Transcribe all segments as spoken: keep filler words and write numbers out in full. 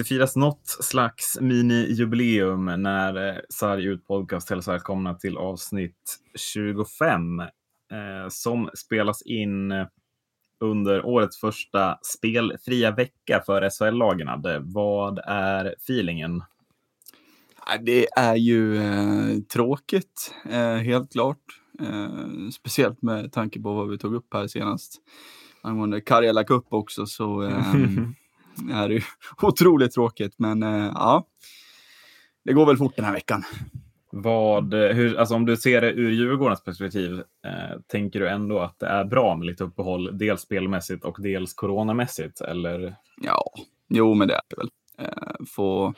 firas något slags mini-jubileum när Sarg ut podcast hälsar välkomna till avsnitt tjugofem eh, som spelas in under årets första spelfria vecka för S H L-lagen. Vad är feelingen? Det är ju eh, tråkigt, eh, helt klart. Eh, speciellt med tanke på vad vi tog upp här senast. Angående Karjala Cup också så eh, är det ju otroligt tråkigt. Men eh, ja, det går väl fort den här veckan. Vad, hur, alltså om du ser det ur Djurgårdens perspektiv, eh, tänker du ändå att det är bra med lite uppehåll, dels spelmässigt och dels coronamässigt? Eller? Ja, jo men det är det väl. Eh, få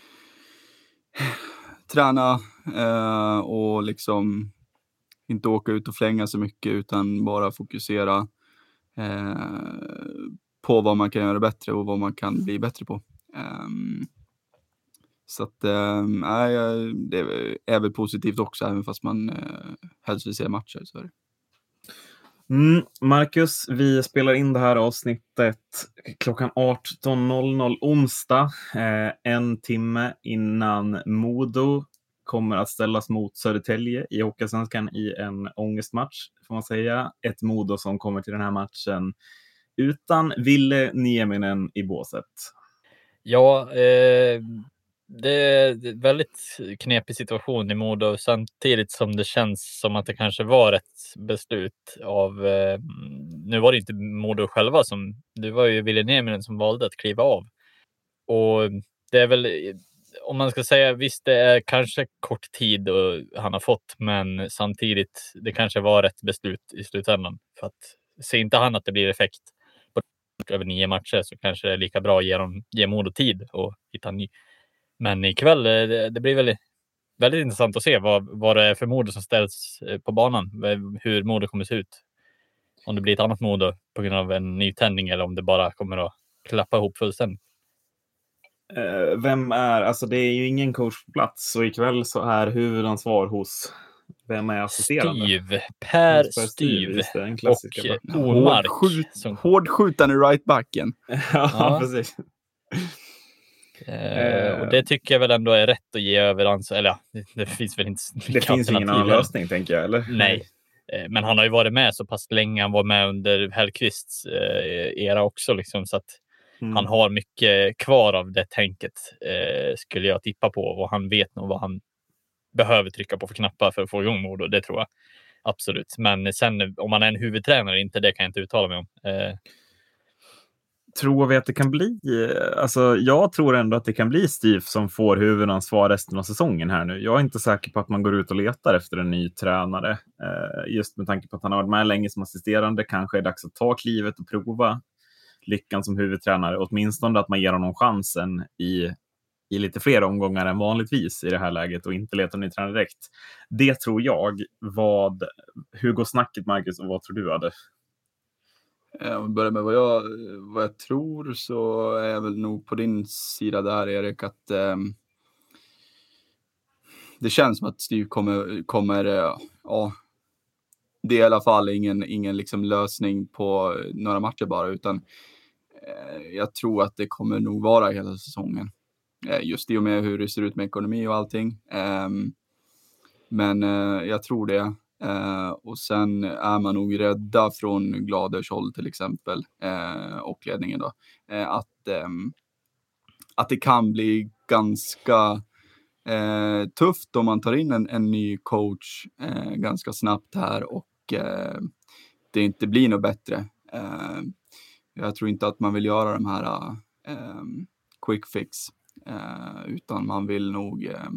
träna eh, och liksom inte åka ut och flänga så mycket utan bara fokusera eh, på vad man kan göra bättre och vad man kan bli bättre på. Um, så att nej, äh, det är väl positivt också även fast man äh, helst vill se matcher så är det. Mm, Marcus, vi spelar in det här avsnittet klockan arton noll noll onsdag, eh, en timme innan Modo kommer att ställas mot Södertälje i Hockeyallsvenskan i en ångestmatch, får man säga. Ett Modo som kommer till den här matchen utan Ville Nieminen i båset. Ja, eh, det är en väldigt knepig situation i Modo samtidigt som det känns som att det kanske var ett beslut av, eh, nu var det inte Modo själva som, det var ju Ville Nieminen som valde att kliva av. Och det är väl, om man ska säga, visst det är kanske kort tid och han har fått, men samtidigt det kanske var ett beslut i slutändan. För att ser inte han att det blir effekt på över nio matcher så kanske det är lika bra att ge, dem, ge Modo tid och hitta en ny. Men ikväll, det, det blir väldigt, väldigt intressant att se vad, vad det är för Modo som ställs på banan. Hur Modo kommer se ut. Om det blir ett annat Modo på grund av en ny tändning eller om det bara kommer att klappa ihop fullständigt. Vem är, alltså det är ju ingen coach på plats, så ikväll så är huvudansvar hos, vem är assisterande? Styv, Per Styv och Ormark. Hårdskjut, som... Hårdskjutande rightbacken. ja, ja, precis. Eh, och det tycker jag väl ändå är rätt att ge över ansvar. Eller ja, det, det finns väl inte det finns ingen annan lösning, tänker jag, eller? Nej, eh, men han har ju varit med så pass länge. Han var med under Hellqvists eh, era också liksom, så att mm. han har mycket kvar av det tänket eh, skulle jag tippa på, och han vet nog vad han behöver trycka på för knappar för att få igång Modo, det tror jag absolut. Men sen om man är en huvudtränare inte, det kan jag inte uttala mig om. Eh, Tror vi att det kan bli, alltså jag tror ändå att det kan bli Steve som får huvudansvar resten av säsongen här nu. Jag är inte säker på att man går ut och letar efter en ny tränare. Eh, just med tanke på att han har varit med länge som assisterande, kanske är det dags att ta klivet och prova lyckan som huvudtränare. Åtminstone att man ger honom chansen i, i lite fler omgångar än vanligtvis i det här läget och inte leta en ny tränare direkt. Det tror jag. Vad, hur går snacket, Marcus, och vad tror du hade? Om vi börjar med vad jag, vad jag tror, så är jag väl nog på din sida där, Erik, att eh, det känns som att Steve kommer, kommer eh, ja, det är i alla fall ingen, ingen liksom lösning på några matcher bara, utan eh, jag tror att det kommer nog vara hela säsongen. Eh, just i och med hur det ser ut med ekonomi och allting. Eh, men eh, jag tror det. Uh, och sen är man nog rädda från Gladers håll till exempel uh, och ledningen då uh, att, um, att det kan bli ganska uh, tufft om man tar in en, en ny coach uh, ganska snabbt här och uh, det inte blir något bättre. Uh, jag tror inte att man vill göra de här uh, um, quick fix uh, utan man vill nog uh,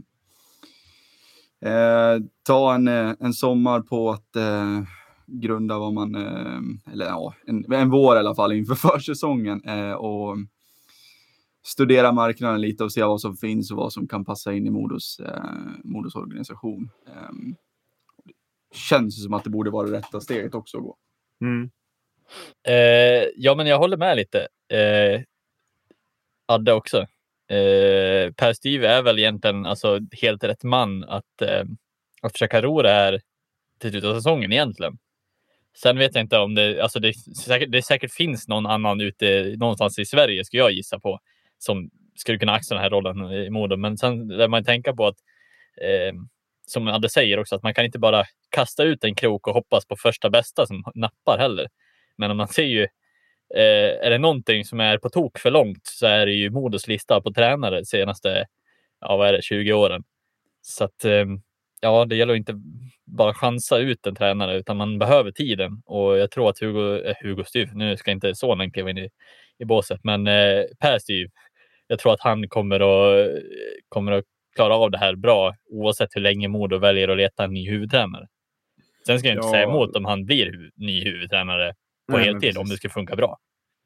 Eh, ta en, en sommar på att eh, grunda vad man, eh, eller ja, en, en vår i alla fall inför försäsongen eh, och studera marknaden lite och se vad som finns och vad som kan passa in i Modos, eh, Modos organisation. Eh, känns som att det borde vara det rätta steget också att gå. Mm. Eh, ja, men jag håller med lite. Eh, Adde också. Eh, Per Styv är väl egentligen alltså, helt rätt man att, eh, att försöka ro det här till slutet av säsongen egentligen. Sen vet jag inte om det, alltså det, säkert, det säkert finns någon annan ute någonstans i Sverige, ska jag gissa på, som skulle kunna axla den här rollen i Modo. Men sen där man tänker på att eh, som Adde säger också, att man kan inte bara kasta ut en krok och hoppas på första bästa som nappar heller. Men om man ser ju, eh, är det någonting som är på tok för långt, så är det ju Modos lista på tränare de senaste, ja vad är det, tjugo åren. Så att eh, ja, det gäller inte bara chansa ut en tränare, utan man behöver tiden. Och jag tror att Hugo, eh, Hugo Styv, nu ska inte sonen kliva in i, i båset, men eh, Per Styv, jag tror att han kommer att, kommer att klara av det här bra, oavsett hur länge Modo väljer att leta en ny huvudtränare. Sen ska jag inte ja. säga emot om han blir hu- ny huvudtränare på Nej, heltid, om det ska funka bra.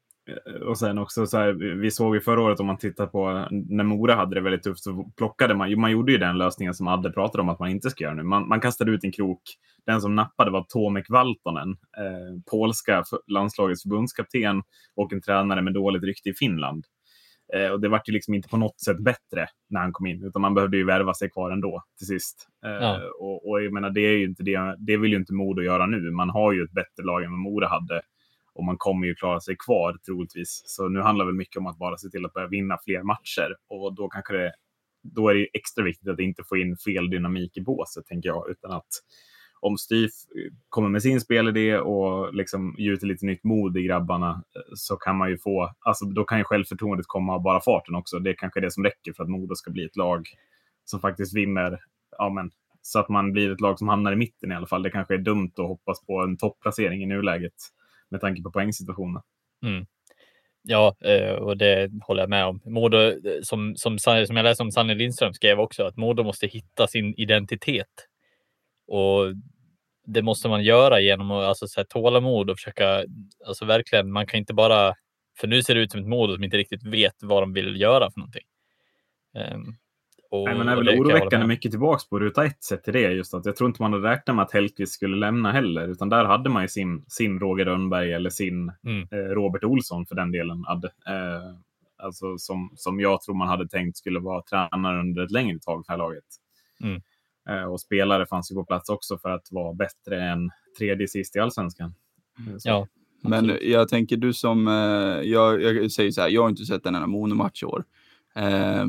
Och sen också så här, vi såg ju förra året, om man tittar på när Mora hade det väldigt tufft, så plockade man, man gjorde ju den lösningen som Adde pratade om att man inte ska göra nu. Man, man kastade ut en krok. Den som nappade var Tomek Valtonen, eh, polska landslagets förbundskapten och en tränare med dåligt rykte i Finland. Eh, och det var ju liksom inte på något sätt bättre när han kom in, utan man behövde ju värva sig kvar ändå till sist. Eh, ja. och, och jag menar, det är ju inte det, det vill ju inte Modo göra nu. Man har ju ett bättre lag än vad Mora hade. Och man kommer ju klara sig kvar troligtvis. Så nu handlar det mycket om att bara se till att börja vinna fler matcher. Och då kanske det, då är det extra viktigt att inte få in fel dynamik i båset, tänker jag. Utan att om Styf kommer med sin spelidé och liksom gjuter lite nytt mod i grabbarna, så kan man ju få, alltså då kan ju självförtroendet komma av bara farten också. Det är kanske det som räcker för att Modo ska bli ett lag som faktiskt vinner, ja men, så att man blir ett lag som hamnar i mitten i alla fall. Det kanske är dumt att hoppas på en topplacering i nuläget med tanke på poängsituationen. Mm. Ja, och det håller jag med om. Modo, som, som, som jag läste om, Sanne Lindström skrev också, att Modo måste hitta sin identitet. Och det måste man göra genom att alltså, så här, tålamod och försöka, alltså verkligen, man kan inte bara, för nu ser det ut som ett Modo som inte riktigt vet vad de vill göra för någonting. Um, Och, Nej, men är väl oroväckande mycket tillbaks på ruta ett sätt till det, just att jag tror inte man hade räknat med att Hellqvist skulle lämna heller, utan där hade man ju sin, sin Roger Rönnberg eller sin mm. eh, Robert Olsson för den delen hade, eh, alltså som, som jag tror man hade tänkt skulle vara tränare under ett längre tag för det här laget. Mm. Eh, och spelare fanns ju på plats också för att vara bättre än tredje sist i Allsvenskan. Mm. Ja. Men jag tänker, du som, eh, jag, jag säger så här, jag har inte sett en enda Mono-match i år. Eh,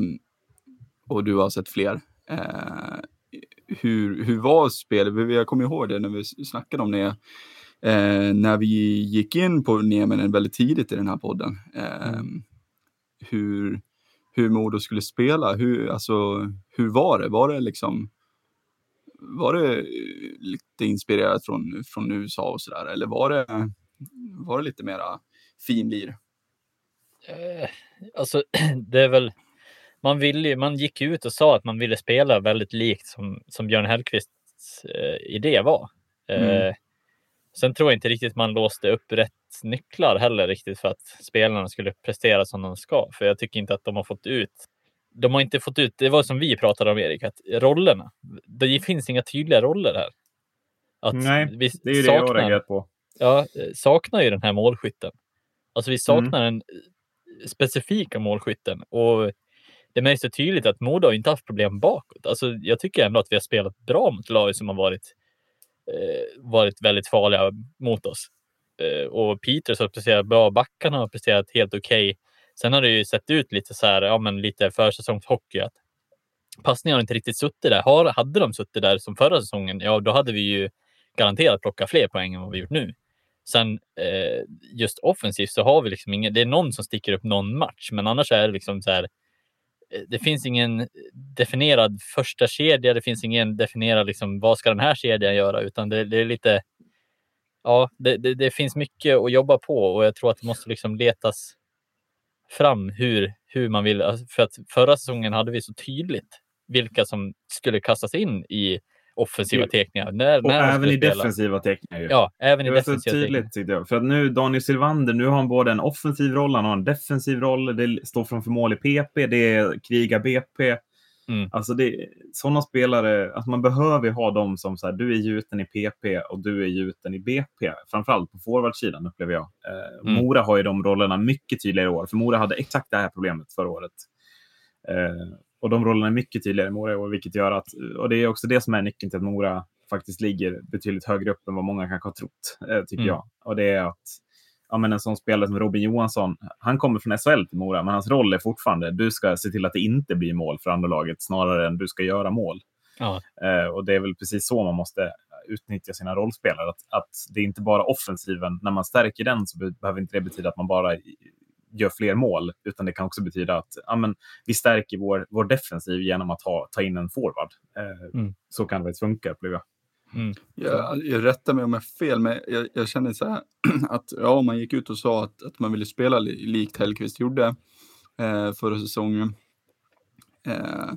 Och du har sett fler. Eh, hur, hur var spelet? Jag kommer ihåg det när vi snackade om det. Eh, när vi gick in på Nieminen väldigt tidigt i den här podden. Eh, mm. Hur, hur Modo skulle spela. Hur, alltså, hur var det? Var det liksom... Var det lite inspirerat från, från U S A och sådär? Eller var det, var det lite mera finlir? Eh, alltså, det är väl... Man, ville, man gick ut och sa att man ville spela väldigt likt som, som Björn Hellqvists eh, idé var. Mm. Eh, sen tror jag inte riktigt man låste upp rätt nycklar heller riktigt för att spelarna skulle prestera som de ska. För jag tycker inte att de har fått ut... De har inte fått ut... Det var som vi pratade om, Erik, att rollerna. Det finns inga tydliga roller här. Att Nej, vi det är ju saknar, det jag reagerat på. Ja, saknar ju den här målskytten. Alltså vi saknar mm. den specifika målskytten. Och det märks så tydligt att Modo har inte haft problem bakåt. Alltså, jag tycker ändå att vi har spelat bra mot lag som har varit, eh, varit väldigt farliga mot oss. Eh, och Peters har presterat bra, backarna har presterat helt okej. Okay. Sen har det ju sett ut lite så här, ja men lite försäsongshockey, att passningar har inte riktigt suttit där. Har, hade de suttit där som förra säsongen, ja då hade vi ju garanterat plockat fler poäng än vad vi gjort nu. Sen eh, just offensivt så har vi liksom ingen, det är någon som sticker upp någon match, men annars är det liksom så här, det finns ingen definierad första kedja, det finns ingen definierad liksom, vad ska den här kedjan göra, utan det, det är lite, ja, det, det, det finns mycket att jobba på, och jag tror att det måste liksom letas fram hur, hur man vill, för att förra säsongen hade vi så tydligt vilka som skulle kastas in i offensiva teckningar. När, och när även i spela. defensiva teckningar. Ju. Ja, även i det defensiva tydligt, teckningar. För att nu, Daniel Silvander, nu har han både en offensiv roll, han har en defensiv roll, det står framför mål i P P, det är kriga B P. Mm. Alltså det, sådana spelare, att man behöver ha dem som så här, du är gjuten i P P och du är gjuten i B P. Framförallt på forwardsidan upplever jag. Eh, mm. Mora har ju de rollerna mycket tydligare i år, för Mora hade exakt det här problemet förra året. Eh, Och de rollerna är mycket tydligare i Mora, vilket gör att, och det är också det som är nyckeln till att Mora faktiskt ligger betydligt högre upp än vad många kanske har trott, tycker mm. jag. Och det är att ja, men en sån spelare som Robin Johansson, han kommer från S H L till Mora, men hans roll är fortfarande, du ska se till att det inte blir mål för andra laget snarare än du ska göra mål. Ja. Eh, och det är väl precis så man måste utnyttja sina rollspelare. Att, att det är inte bara offensiven, när man stärker den så behöver inte det betyda att man bara gör fler mål, utan det kan också betyda att ja, men, vi stärker vår, vår defensiv genom att ha, ta in en forward. Eh, mm. Så kan det faktiskt funka, upplever jag. Mm. Jag, jag rättar mig om jag är fel, men jag, jag känner så här att ja, man gick ut och sa att, att man ville spela likt Hellqvist gjorde eh, förra säsongen. Eh,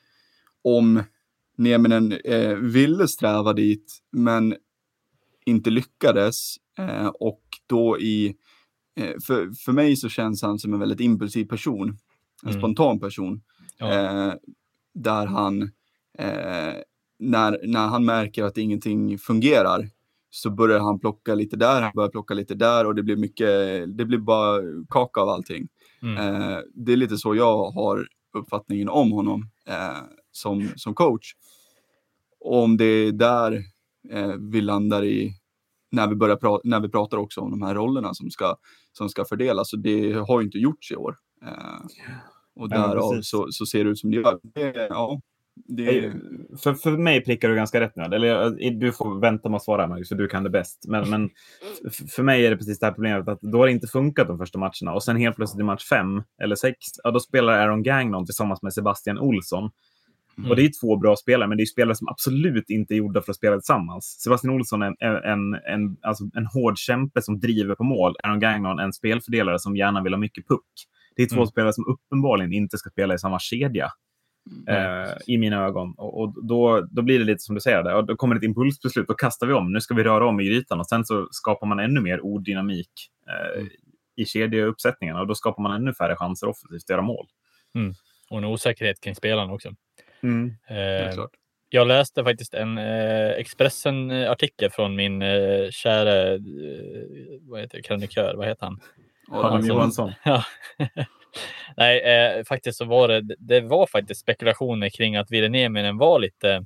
om Nieminen eh, ville sträva dit, men inte lyckades. Eh, och då i, eh, för, för mig så känns han som en väldigt impulsiv person. En mm. spontan person. Ja. Eh, där han, eh, när, när han märker att ingenting fungerar, så börjar han plocka lite där, han börjar plocka lite där, och det blir mycket, det blir bara kaka av allting. Mm. Eh, det är lite så jag har uppfattningen om honom eh, som, som coach. Och om det är där eh, vi landar i när vi börjar prata, när vi pratar också om de här rollerna som ska, som ska fördelas, så det har ju inte gjorts i år. Eh, och därav ja, så, så ser det ut som det gör. Det, ja, det... För, för mig prickar du ganska rätt nu. Eller du får vänta med att svara, Marcus, för du kan det bäst. Men, men för mig är det precis det här problemet att då har det inte funkat de första matcherna. Och sen helt plötsligt i match fem eller sex, ja, då spelar Aaron Gagnon tillsammans med Sebastian Olsson. Mm. Och det är två bra spelare, men det är spelare som absolut inte är gjorda för att spela tillsammans. Sebastian Olsson är en, en, en, alltså en hård kämpe som driver på mål. Aaron Gagnon är en spelfördelare som gärna vill ha mycket puck. Det är två mm. spelare som uppenbarligen inte ska spela i samma kedja. Mm. Eh, i mina ögon. Och, och då, då blir det lite som du säger där. Och då kommer ett impulsbeslut, då kastar vi om. Nu ska vi röra om i grytan, och sen så skapar man ännu mer odynamik eh, mm. i kedjeuppsättningarna, och då skapar man ännu färre chanser offensivt att göra mål. Mm. Och en osäkerhet kring spelarna också. Mm. Eh, jag läste faktiskt en eh, Expressen-artikel från min eh, kära eh, vad heter det, krönikör, vad heter han? Adam Johansson. Ja. Nej, eh, faktiskt så var det, det var faktiskt spekulationer kring att Ville Nieminen var lite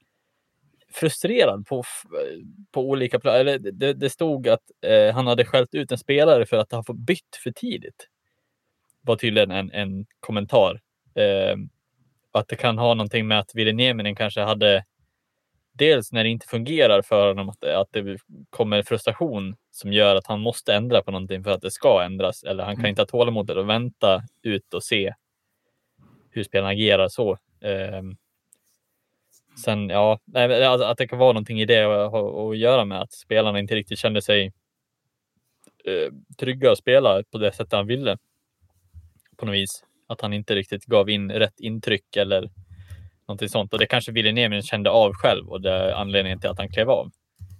frustrerad på, på olika plan. Eller det, det stod att eh, han hade skällt ut en spelare för att han fått bytt för tidigt. Var tydligen en, en kommentar. Eh, att det kan ha någonting med att Ville Nieminen kanske hade, dels när det inte fungerar för honom, att, att det kommer frustration som gör att han måste ändra på någonting för att det ska ändras. Eller han kan inte ha tålamodet och vänta ut och se hur spelarna agerar så. Eh, sen, ja, alltså, att det kan vara någonting i det att, att göra med att spelarna inte riktigt kände sig eh, trygga att spela på det sättet han ville. På något vis. Att han inte riktigt gav in rätt intryck eller någonting sånt. Och det kanske Ville Nieminen kände av själv, och det är anledningen till att han klev av.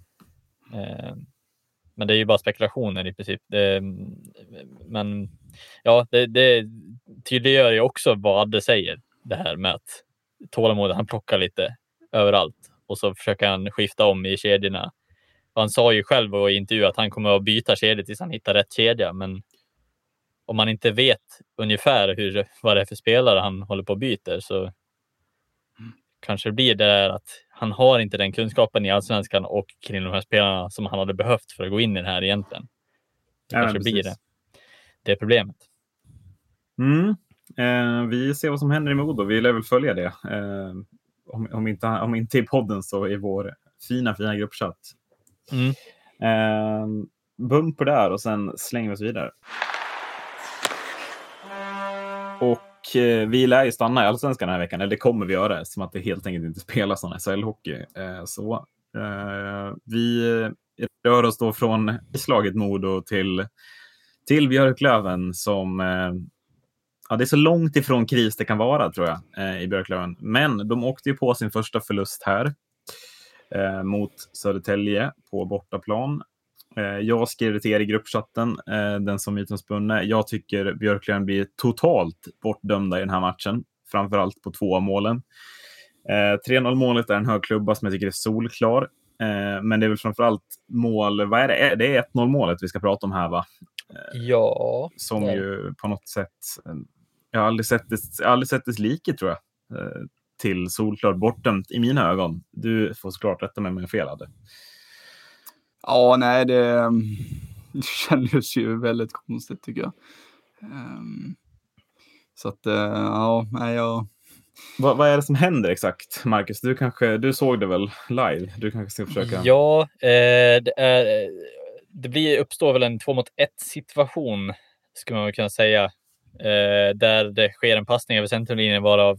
Eh, men det är ju bara spekulationer i princip. Det, men ja, det, det tydliggör ju också vad Adde säger. Det här med att tålamodet, han plockar lite överallt. Och så försöker han skifta om i kedjorna. Och han sa ju själv i intervju att han kommer att byta kedjor tills han hittar rätt kedja. Men om man inte vet ungefär hur, vad det är för spelare han håller på att byta, så mm. kanske det blir det där att han har inte den kunskapen i Allsvenskan och kring de här spelarna som han hade behövt för att gå in i det här egentligen. Det ja, kanske blir det. Det är problemet. Mm. Eh, vi ser vad som händer i Modo. Vi lär väl följa det. Eh, om, om, inte, om inte i podden så i vår fina, fina gruppchatt. Mm. Eh, bumper där och sen slänger vi oss vidare. Och eh, vi lär ju stanna i Allsvenskan den här veckan, eller det kommer vi göra, som att det helt enkelt inte spelas sån S H L-hockey. Eh, så eh, vi rör oss då från slaget Modo till, till Björklöven som, eh, ja, det är så långt ifrån kris det kan vara, tror jag, eh, i Björklöven. Men de åkte ju på sin första förlust här eh, mot Södertälje på bortaplan. Jag skrev det till er i gruppchatten, den som mytomspunne. Jag tycker Björklöven blir totalt bortdömda i den här matchen. Framförallt på två av målen. tre noll-målet är en hög klubba som jag tycker är solklar. Men det är väl framförallt mål... Vad är det? Det är ett noll-målet vi ska prata om här, va? Ja. Som nej. ju på något sätt... Jag har aldrig sett dess, jag har aldrig sett dess like, tror jag. Till solklart bortdömt i mina ögon. Du får såklart rätta mig om jag fel hade. Ja, nej, det, det kändes ju väldigt konstigt tycker jag. Um, så att, uh, ja, nej, jag... Vad, vad är det som händer exakt, Marcus? Du kanske, du såg det väl live? Du kanske ska försöka... Ja, eh, det, är, det blir, uppstår väl en två mot ett situation, skulle man kunna säga. Eh, där det sker en passning över centrumlinjen varav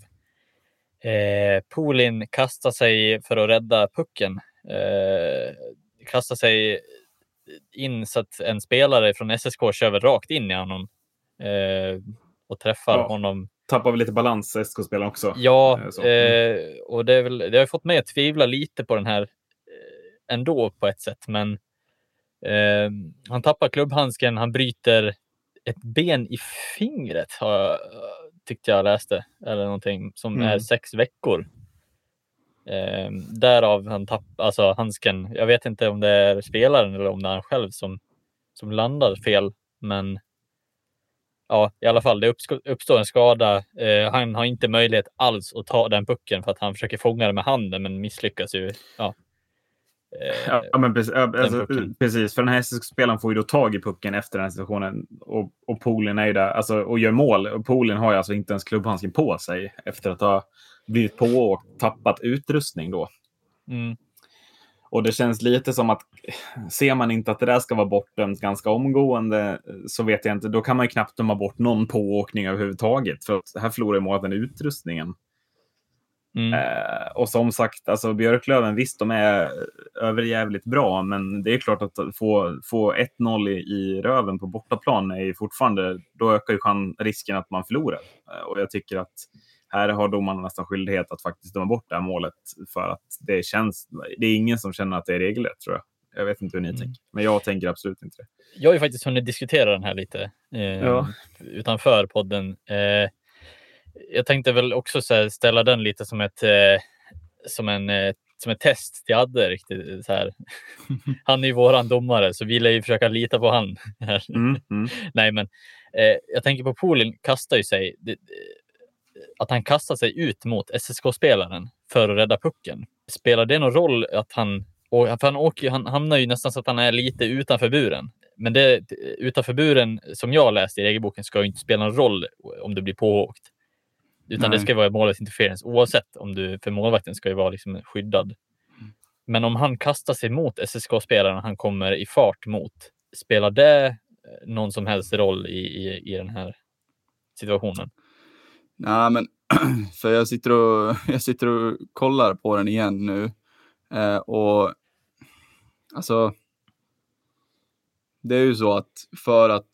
eh, Polin kastar sig för att rädda pucken. Eh, kastar sig in så att en spelare från S S K kör väl rakt in i honom. Eh, och träffar ja. honom. Tappar vi lite balans, S K-spelaren också. Ja, så. Mm. eh, och det, är väl, det har ju fått mig att tvivla lite på den här eh, ändå på ett sätt. Men eh, han tappar klubbhandsken, han bryter ett ben i fingret, har, tyckte jag läste. Eller någonting som mm. är sex veckor. Eh, därav han tappar alltså handsken. Jag vet inte om det är spelaren eller om det är han själv som, som landar fel. Men ja, i alla fall, det uppstår en skada. Eh, han har inte möjlighet alls att ta den pucken för att han försöker fånga det med handen, men misslyckas ju. Ja, eh, ja men precis, alltså, precis. För den här S S K-spelaren får ju då tag i pucken efter den här situationen. Och, och Polin är ju där alltså, och gör mål. Och Polin har ju alltså inte ens klubbhandsken på sig efter att ha blivit på och tappat utrustning då. Mm. Och det känns lite som att ser man inte att det där ska vara bortdömt ganska omgående så vet jag inte. Då kan man ju knappt döma bort någon pååkning överhuvudtaget. För här förlorar ju målet utrustningen. Mm. Eh, och som sagt, alltså Björklöven, visst de är överjävligt bra. Men det är klart att få, få ett noll i, i röven på bortaplan är ju fortfarande, då ökar ju risken att man förlorar. Eh, och jag tycker att här har domarna nästan skyldighet att faktiskt döma bort det här målet för att det känns, det är ingen som känner att det är regelrätt, tror jag. Jag vet inte hur ni mm. tänker, men jag tänker absolut inte det. Jag har ju faktiskt hunnit diskutera den här lite eh, ja. utanför podden. Eh, jag tänkte väl också så här, ställa den lite som ett eh, som en eh, som ett test till Adde riktigt så här. Han är ju våran domare så vi lär ju försöka lita på han. mm, mm. Nej men eh, jag tänker på Polin kastar ju sig det, att han kastar sig ut mot S S K-spelaren för att rädda pucken. Spelar det någon roll att han och han åker han hamnar ju nästan så att han är lite utanför buren. Men det utanför buren som jag läste i regelboken ska ju inte spela någon roll om det blir pååkt. Utan Nej. Det ska vara målet interference oavsett om du för målvakten ska ju vara liksom skyddad. Mm. Men om han kastar sig mot S S K-spelaren han kommer i fart mot, spelar det någon som helst roll i, i, i den här situationen? Nej, men för jag sitter och jag sitter och kollar på den igen nu eh, och alltså det är ju så att för att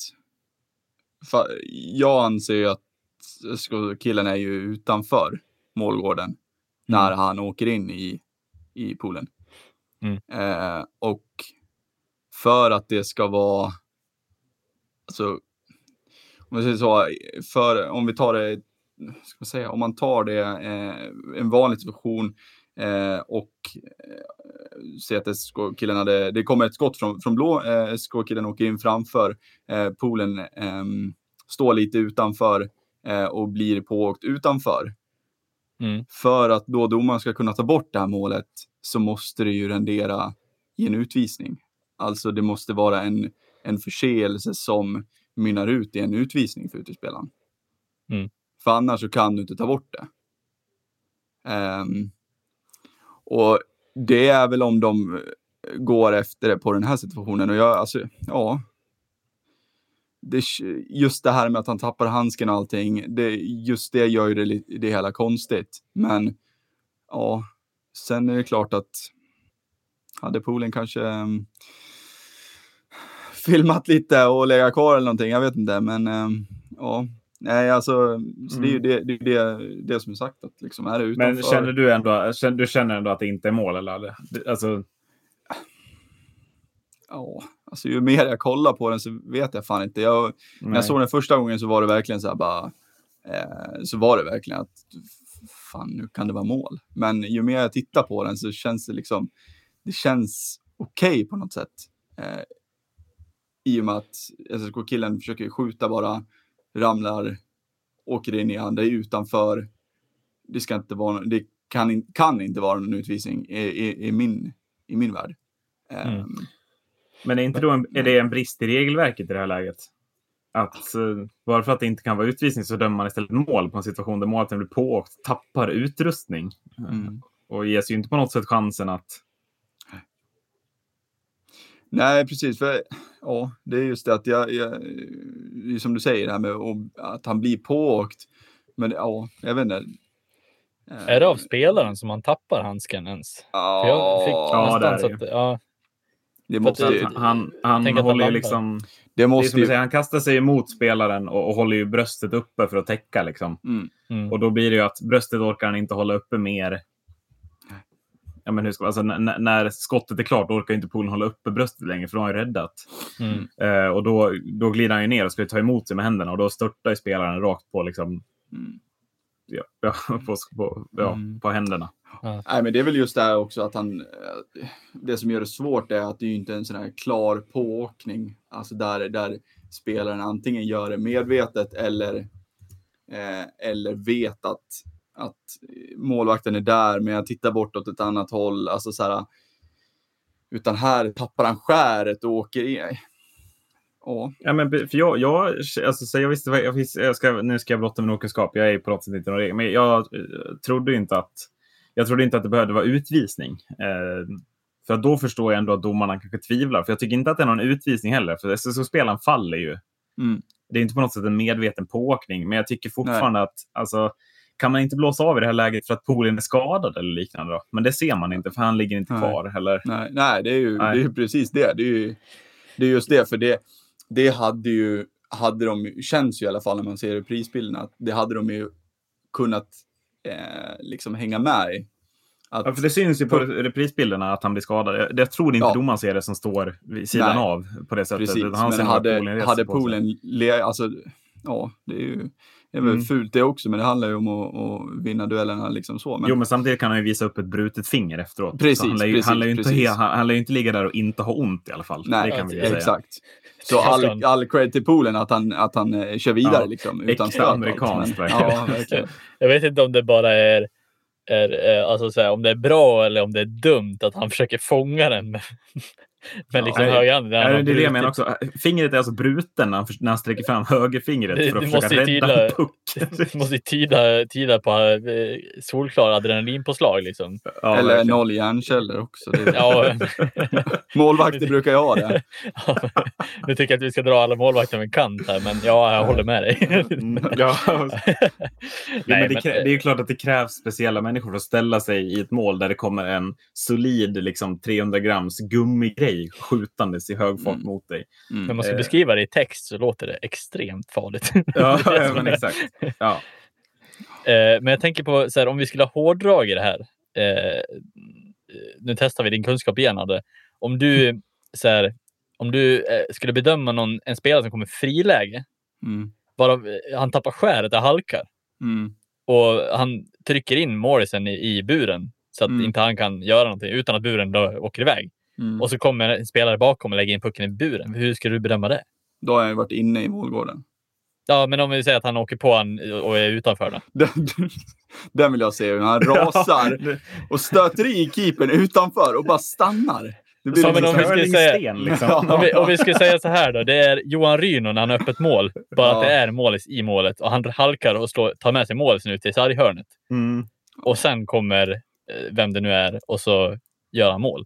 för, jag anser ju att killen är ju utanför målgården mm. när han åker in i i poolen mm. eh, och för att det ska vara alltså om vi säger så för om vi tar det ska man säga, om man tar det eh, en vanlig situation eh, och eh, ser att S K-killen hade, det kommer ett skott från, från blå, eh, S K-killen åker in framför eh, poolen, eh, står lite utanför eh, och blir pååkt utanför. Mm. För att då domaren ska kunna ta bort det här målet så måste det ju rendera i en utvisning. Alltså det måste vara en, en förseelse som mynnar ut i en utvisning för utespelaren. Mm. För annars så kan du inte ta bort det. Um, och det är väl om de går efter det på den här situationen. Och jag, alltså, ja. Det, just det här med att han tappar handsken och allting. Det, just det gör ju det, det hela konstigt. Men ja, sen är det klart att hade Polin kanske um, filmat lite och lägga kvar eller någonting. Jag vet inte, men um, ja. Nej, alltså så det är ju det, det, det, det som är sagt att liksom är det utanför. Men känner du ändå känner, du känner ändå att det inte är mål eller alltså ja, alltså ju mer jag kollar på den så vet jag fan inte. Jag när jag såg den första gången så var det verkligen så här bara eh, så var det verkligen att fan nu kan det vara mål. Men ju mer jag tittar på den så känns det liksom det känns okej okay på något sätt. Eh, I och med att S S K-killen försöker skjuta bara ramlar, åker in i han, det är utanför. Det ska inte vara, det kan, kan inte vara någon utvisning i, i, i, min, i min värld. Mm. Um. Men är inte då en, är det en brist i regelverket i det här läget? Att uh, bara för att det inte kan vara utvisning så dömer man istället mål på en situation där målet blir på och tappar utrustning. Mm. Och ges ju inte på något sätt chansen att... Nej, precis. För ja, det är just det att jag, jag som du säger det här med att han blir pååkt. Men ja, jag vet inte. Är det av spelaren som man tappar handsken ens? Ja, För jag fick ja det är så att, ja. Det måste att, ju, han han håller ju liksom... Det måste det är som ju... säger, han kastar sig emot spelaren och, och håller ju bröstet uppe för att täcka liksom. Mm. Mm. Och då blir det ju att bröstet orkar han inte hålla uppe mer. Ja, men hur ska, alltså, n- när skottet är klart orkar inte Polen hålla uppe bröstet längre för då har han ju räddat. Mm. Eh, och då, då glider han ju ner och ska ta emot sig med händerna och då störtar ju spelaren rakt på liksom Mm. ja, på, på, ja, Mm. på händerna. Ja. Nej, men det är väl just det här också att han, det som gör det svårt är att det är ju inte en sån här klar pååkning. Alltså där, där spelaren antingen gör det medvetet eller, eh, eller vet att, att målvakten är där men jag tittar bort åt ett annat håll. Alltså så här, utan här tappar han skäret och åker in. Ja. Ja, men för jag, jag, alltså, så jag visste, jag visste jag ska, nu ska jag brotta min okunskap. Jag är på något sätt inte någon regel. Men jag trodde inte att jag trodde inte att det behövde vara utvisning. Eh, för då förstår jag ändå att domarna kanske tvivlar. För jag tycker inte att det är någon utvisning heller. För så, så spelaren faller ju. Mm. Det är inte på något sätt en medveten pååkning. Men jag tycker fortfarande Nej. att alltså, kan man inte blåsa av i det här läget för att Polen är skadad eller liknande då? Men det ser man inte för han ligger inte Nej. kvar. Eller? Nej, nej, det är ju, Nej. det är ju precis det. Det är ju det är just det. För det, det hade ju, hade de, känns ju i alla fall när man ser prisbilderna, att det hade de ju kunnat eh, liksom hänga med i. Att, Ja, för det syns ju på reprisbilderna att han blir skadad. Jag, jag tror inte ja. domaren ser det som står vid sidan Nej. av på det sättet. Precis, Han men hade, hade Polen, le, alltså, ja, det är ju det är väl Mm. fult det också, men det handlar ju om att, att vinna duellerna liksom så. Men... Jo, men samtidigt kan han ju visa upp ett brutet finger efteråt. Precis, så han lär ju, precis, han lär ju inte, precis. he, han, han lär ju inte ligga där och inte ha ont i alla fall. Nej, det kan vi ju exakt. säga. Så all, all cred till Polen att han, att han eh, kör vidare Ja, liksom. äkta Utan stöd, amerikanskt, men, verkligen. ja, verkligen. Jag vet inte om det bara är, är eh, alltså så här, om det är bra eller om det är dumt att han försöker fånga den med, med liksom Ja, högerhanden. Ja, det är det jag menar också. Fingret är alltså bruten när han, när han sträcker fram högerfingret Det- för att det försöka måste ju rädda tyda- en puck. Du måste ju tyda, tyda på eh, solklara adrenalinpåslag liksom. Ja, Eller verkligen. noll hjärnkällor också. Det, Ja, målvakter brukar ju ha det. ja, nu tycker jag att vi ska dra alla målvakter med en kant här, men ja, jag håller med dig. Mm, ja. Jo, Nej, men det, men- krä- det är ju klart att det krävs speciella människor för att ställa sig i ett mål där det kommer en solid liksom, trehundra grams gummigrej skjutandes i hög fart Mm. mot dig. Mm. När man ska Eh. beskriva det i text så låter det extremt farligt. Ja, Det är som men en- exakt. Ja. Eh, men jag tänker på så här, om vi skulle ha hårdragit det här. Eh, nu testar vi din kunskap igen av det. Om du, så här, om du eh, skulle bedöma någon, en spelare som kommer friläge, Mm. varav eh, han tappar skäret och halkar Mm. och han trycker in målisen i, i buren så att Mm. inte han kan göra någonting utan att buren då åker iväg. Mm. Och så kommer en spelare bakom och lägger in pucken i buren. Hur ska du bedöma det? Då har jag ju varit inne i målgården. Ja, men om vi säger att han åker på han och är utanför då. Den, den vill jag se hur han rasar och stöter i keepern utanför och bara stannar. Det blir Ja, men liksom om vi skulle säga- Hörningssten, liksom. Ja. Om vi, om vi skulle säga så här då. Det är Johan Ryno när han har öppet mål. Bara Ja. att det är målis i målet. Och han halkar och slår, tar med sig målisen ut till sarghörnet. Mm. Och sen kommer eh, vem det nu är och så gör han mål.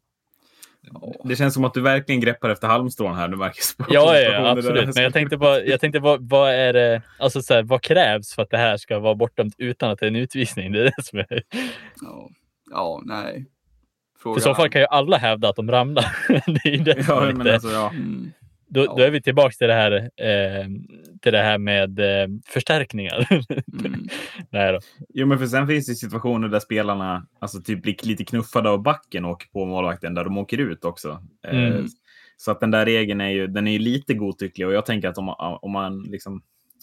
Det känns som att du verkligen greppar efter halmstrån här nu, Marcus. Ja, ja, ja absolut. Men jag tänkte bara, jag tänkte vad, vad är det, alltså så här, vad krävs för att det här ska vara bortdömt utan att det är en utvisning? Det är det som är... Ja, ja nej. För i så fall kan ju alla hävda att de ramlar. Det är ju det som är Ja, lite... men alltså, ja. Mm. Då, Ja. då är vi tillbaka till det här, eh, till det här med eh, förstärkningar. Mm. Nej då. Jo, men för sen finns det situationer där spelarna alltså, typ blir lite knuffade av backen och åker på målvakten där de åker ut också. Eh, Mm. Så att den där regeln är ju, den är ju lite godtycklig och jag tänker att om, man- om man liksom...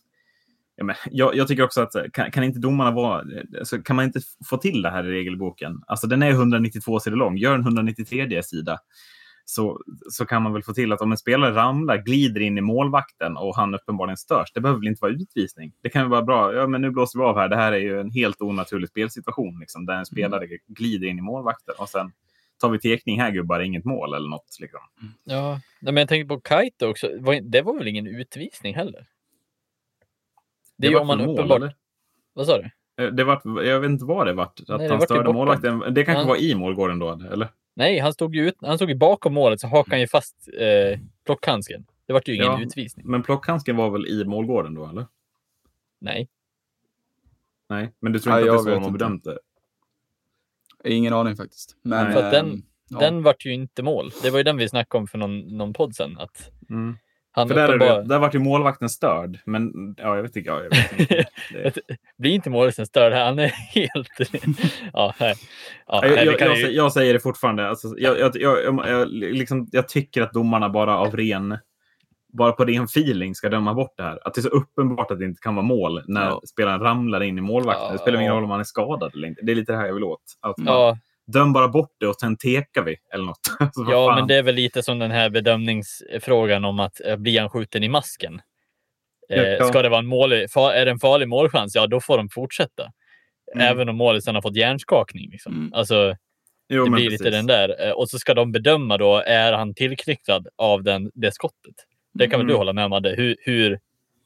Ja, men jag, jag tycker också att kan, kan inte domarna vara... Alltså, kan man inte få till det här i regelboken? Alltså den är hundranittiotvå sidor lång. Gör en hundranittiotre sida. Så, så kan man väl få till att om en spelare ramlar, glider in i målvakten och han uppenbarligen störs. Det behöver väl inte vara utvisning. Det kan ju vara bra. Ja, men nu blåser vi av här. Det här är ju en helt onaturlig spelsituation. Liksom, där en spelare glider in i målvakten och sen tar vi tekning här gubbar, inget mål eller något liksom. Ja, men jag tänker på Kaito också. Det var väl ingen utvisning heller? Det, det är ju var om man mål, uppenbart... eller? Vad sa du? Det var, jag vet inte vad det var. Att Nej, han det störde bortom. målvakten. Det kanske han... var i målgården då, eller? Nej, han stod ju ut, han stod ju bakom målet så hakade han ju fast eh, plockhandsken. Det var ju ingen ja, utvisning. Men plockhandsken var väl i målgården då, eller? Nej. Nej, men du tror ja, inte att det är så man bedömt det? Ingen aning faktiskt. Men, för att den, ähm, ja. den vart ju inte mål. Det var ju den vi snackade om för någon, någon podd sen. Att mm. han för där, uppenbar... det, där vart ju målvakten störd. Men ja, jag vet inte. Ja, jag vet inte. Det... Blir inte målvakten störd här. Han är helt... ja, här. Ja, jag, här, jag, jag, ju... jag säger det fortfarande. Alltså, jag, jag, jag, jag, liksom, jag tycker att domarna bara av ren... bara på ren feeling ska döma bort det här. Att det är så uppenbart att det inte kan vara mål när ja. spelaren ramlar in i målvakten. Ja. Det spelar ingen roll om man är skadad eller inte. Det är lite det här jag vill åt. Att man ja. döm bara bort det och sen tekar vi eller något. Alltså, ja, fan. Men det är väl lite som den här bedömningsfrågan om att eh, bli han skjuten i masken. Eh, ja. Ska det vara en mål, är det en farlig målchans? Ja, då får de fortsätta. Mm. Även om målet sen har fått hjärnskakning. Liksom. Mm. Alltså, jo, det blir precis. Lite den där. Och så ska de bedöma då, är han tillknycklad av den, det skottet? Det kan väl mm. du hålla med om, Adde? Hur, hur...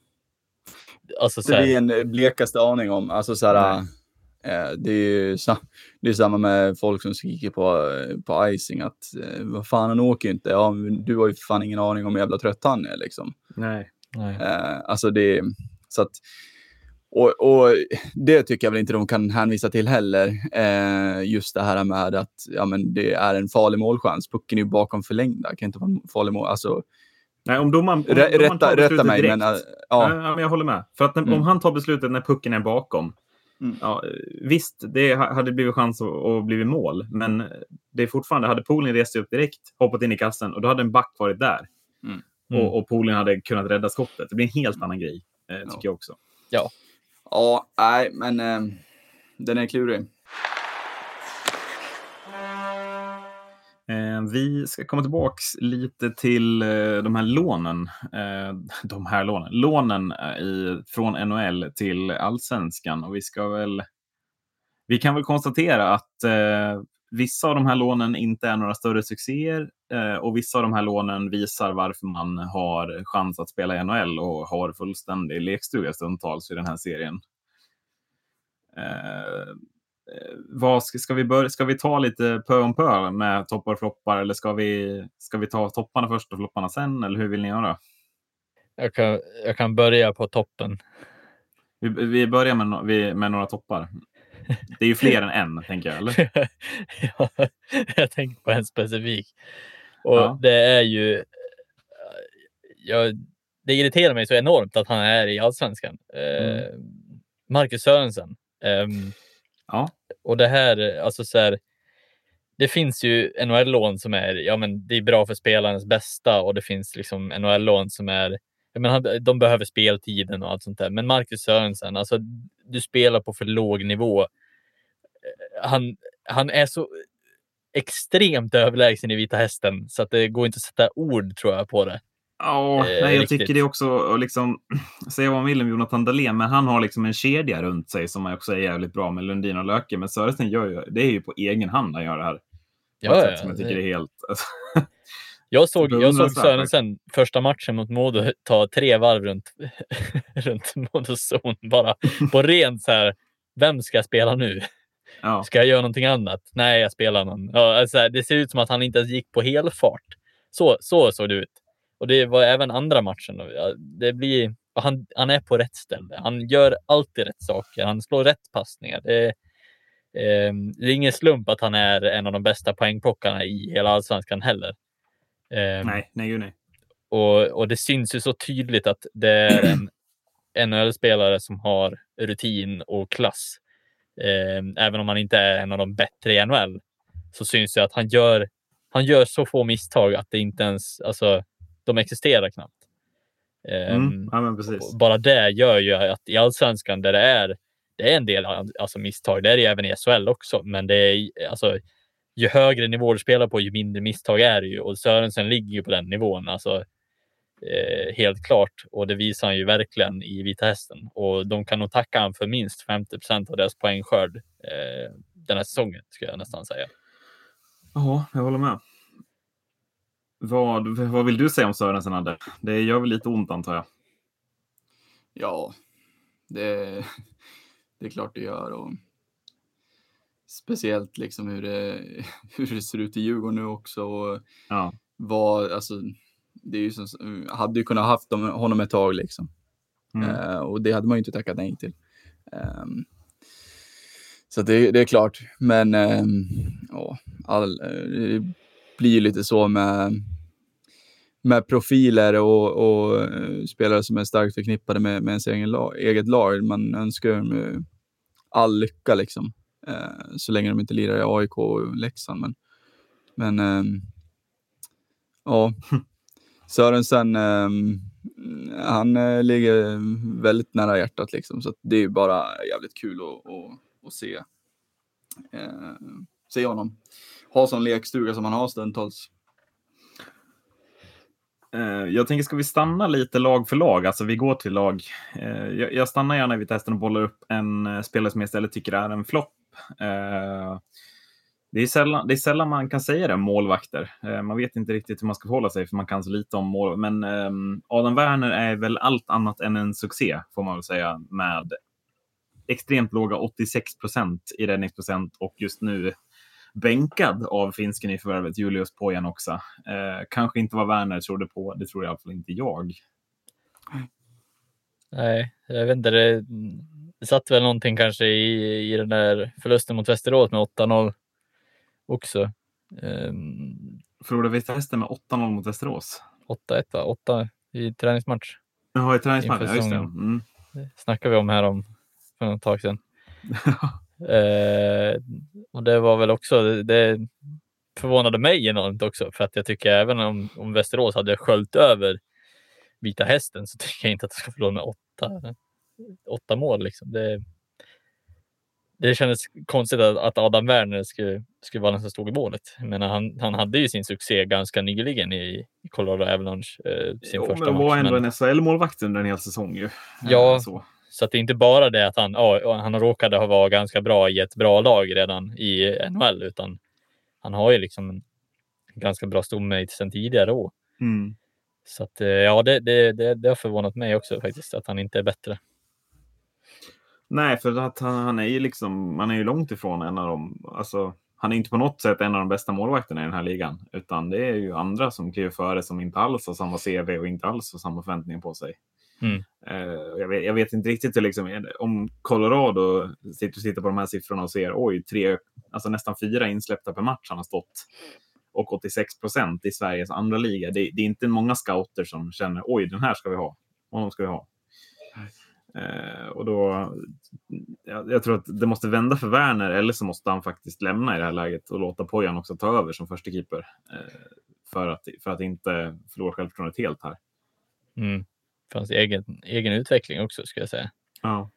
Alltså, så här... Det är en blekaste aning om. Alltså, så här, eh, det är ju sa- det är samma med folk som skriker på, på icing att eh, vad fan, han åker inte. Ja, du har ju fan ingen aning om hur jävla trött han är. Liksom. Nej. Nej. Eh, alltså det så att och, och det tycker jag väl inte de kan hänvisa till heller. Eh, just det här med att ja, men det är en farlig målchans. Pucken är ju bakom förlängda. Kan inte vara en farlig mål. Alltså, nej, om domaren, om, Rä, domaren rätta, rätta mig, direkt, men, uh, ja. ja, men jag håller med. För att när, mm. om han tar beslutet när pucken är bakom, mm. ja, visst, det hade blivit chans att, att bli mål, men det är fortfarande, hade Polen rest upp direkt, hoppat in i kassen, och då hade en back varit där. Mm. Mm. Och, och Polen hade kunnat rädda skottet. Det blir en helt annan grej, eh, tycker ja. jag också. Ja, ja nej, men eh, den är klurig. Eh, vi ska komma tillbaks lite till eh, de här lånen. Eh, de här lånen. Lånen i, från N H L till Allsvenskan. Och vi ska väl... Vi kan väl konstatera att eh, vissa av de här lånen inte är några större succéer. Eh, och vissa av de här lånen visar varför man har chans att spela i N H L och har fullständig lekstuga stundtals i den här serien. Eh, Vad ska, ska, vi börja, ska vi ta lite pö om pö med toppar och floppar, eller ska vi, ska vi ta topparna först och flopparna sen, eller hur vill ni göra? Jag kan, jag kan börja på toppen. Vi, vi börjar med, med några toppar. Det är ju fler än en, tänker jag, eller? Ja, jag tänker på en specifik. Och ja. det är ju... Jag, det irriterar mig så enormt att han är i Allsvenskan. Mm. Eh, Marcus Sörensen. Eh, ja. Och det här, alltså så här, det finns ju N H L-lån som är, ja men det är bra för spelarens bästa, och det finns liksom N H L-lån som är, ja men de behöver speltiden och allt sånt där. Men Marcus Sörensen, alltså du spelar på för låg nivå. Han, han är så extremt överlägsen i Vita Hästen så att det går inte att sätta ord, tror jag, på det. Ja, eh, nej, jag riktigt. tycker det också, och liksom, säga vad man vill om Jonathan Dahlén, men han har liksom en kedja runt sig som också är jävligt bra med Lundin och Löke, men Sörensen gör ju, det är ju på egen hand han gör det här. Ja, ja, sätt som jag tycker det är helt... jag såg, jag såg Sörensen första matchen mot Modo ta tre varv runt, runt Modos zon, bara på rent så här, vem ska jag spela nu? Ja. Ska jag göra någonting annat? Nej, jag spelar någon. Ja, alltså, det ser ut som att han inte gick på helfart. Så, så såg det ut. Och det var även andra matchen. Det blir, han, han är på rätt ställe. Han gör alltid rätt saker. Han slår rätt passningar. Det, eh, det är ingen slump att han är en av de bästa poängplockarna i hela Allsvenskan heller. Eh, nej, nej, nej. Och, och det syns ju så tydligt att det är en N H L-spelare som har rutin och klass. Eh, även om han inte är en av de bättre i N H L, så syns det att han gör, han gör så få misstag att det inte ens... Alltså, de existerar knappt. Mm, um, ja, men precis. Bara det gör ju att i Allsvenskan, där det är, det är en del alltså, misstag, det är det även i S H L också, men det är alltså, ju högre nivå du spelar på, ju mindre misstag är det ju, och Sörensen ligger ju på den nivån, alltså eh, helt klart, och det visar han ju verkligen i Vita Hästen, och de kan nog tacka han för minst femtio procent av deras poängskörd eh, den här säsongen, skulle jag nästan säga. Ja, jag håller med. Vad, vad vill du säga om Sörensen, Adde? Det gör väl lite ont, antar jag. Ja, det, det är klart det gör. Och speciellt liksom hur det, hur det ser ut i Djurgården nu också. Och Ja. vad, alltså, det är ju som, hade ju kunnat haft dem, honom ett tag liksom. Mm. Uh, och det hade man ju inte tackat nej till. Um, så det, det är klart. Men um, ja, all, det blir ju lite så med, med profiler och, och uh, spelare som är starkt förknippade med, med ens egen lag, eget lag. Man önskar dem all lycka liksom. Uh, så länge de inte lirar i A I K och Leksand. Men, men um, ja, Sörensen, um, han uh, ligger väldigt nära hjärtat liksom. Så att det är bara jävligt kul att, att, att se. Uh, se honom ha sån lekstuga som han har stundtals. Jag tänker, ska vi stanna lite lag för lag? Alltså vi går till lag. Jag stannar gärna vid testen och bollar upp en spelare som jag istället tycker är en flopp. Det är sällan, det är sällan man kan säga det om målvakter. Man vet inte riktigt hur man ska förhålla sig, för man kan så lite om mål. Men Adam Werner är väl allt annat än en succé, får man väl säga, med extremt låga åttiosex procent i räddningsprocent och just nu bänkad av finsken i förvärvet Julius Pojan också. Eh, kanske inte vad Werner trodde på, det tror jag i alla fall inte jag. Nej, jag vet inte, det, det satt väl någonting kanske i, i den där förlusten mot Västerås med åtta noll också. Um, Förlorade vi testen med åtta noll mot Västerås? åtta ett va? åtta i träningsmatch. Ja, i träningsmatch, ja, just det. Mm. Det snackade vi om här om för något tag sedan. uh, och det var väl också, det, det förvånade mig enormt också, för att jag tycker även om, om Västerås hade sköljt över Vita Hästen, så tycker jag inte att det ska förlora med åtta, åtta mål liksom. Det, det kändes konstigt att, att Adam Werner skulle, skulle vara den som stod i målet. Men han, han hade ju sin succé ganska nyligen i, i Colorado Avalanche, eh, sin jo, första men match. var ändå men... en S H L-målvakt under en hel säsong ju. Ja, så. så att det är inte bara det att han, ja, han råkade ha varit ganska bra i ett bra lag redan i N H L, utan han har ju liksom en ganska bra stomme sedan tidigare år. Mm. Så att ja, det, det, det, det har förvånat mig också faktiskt, att han inte är bättre. Nej, för att han, han är ju liksom, han är ju långt ifrån en av dem. Alltså, han är inte på något sätt en av de bästa målvakterna i den här ligan, utan det är ju andra som kliver före som inte alls har samma C V och inte alls har samma förväntningar på sig. Mm. Uh, jag, vet, jag vet inte riktigt hur liksom, om Colorado sitter, sitter på de här siffrorna och ser oj, tre, alltså nästan fyra insläppta per match han har stått, och åttiosex procent i Sveriges andra liga. Det, det är inte många scouter som känner oj, den här ska vi ha. Och de ska vi ha. Eh, och då jag, jag tror att det måste vända för Werner, eller så måste han faktiskt lämna i det här läget och låta Pojan också ta över som första keeper, eh, för, att, för att inte förlora självförtroendet helt här. Mm. För hans egen, egen utveckling också, ska jag säga. Ja.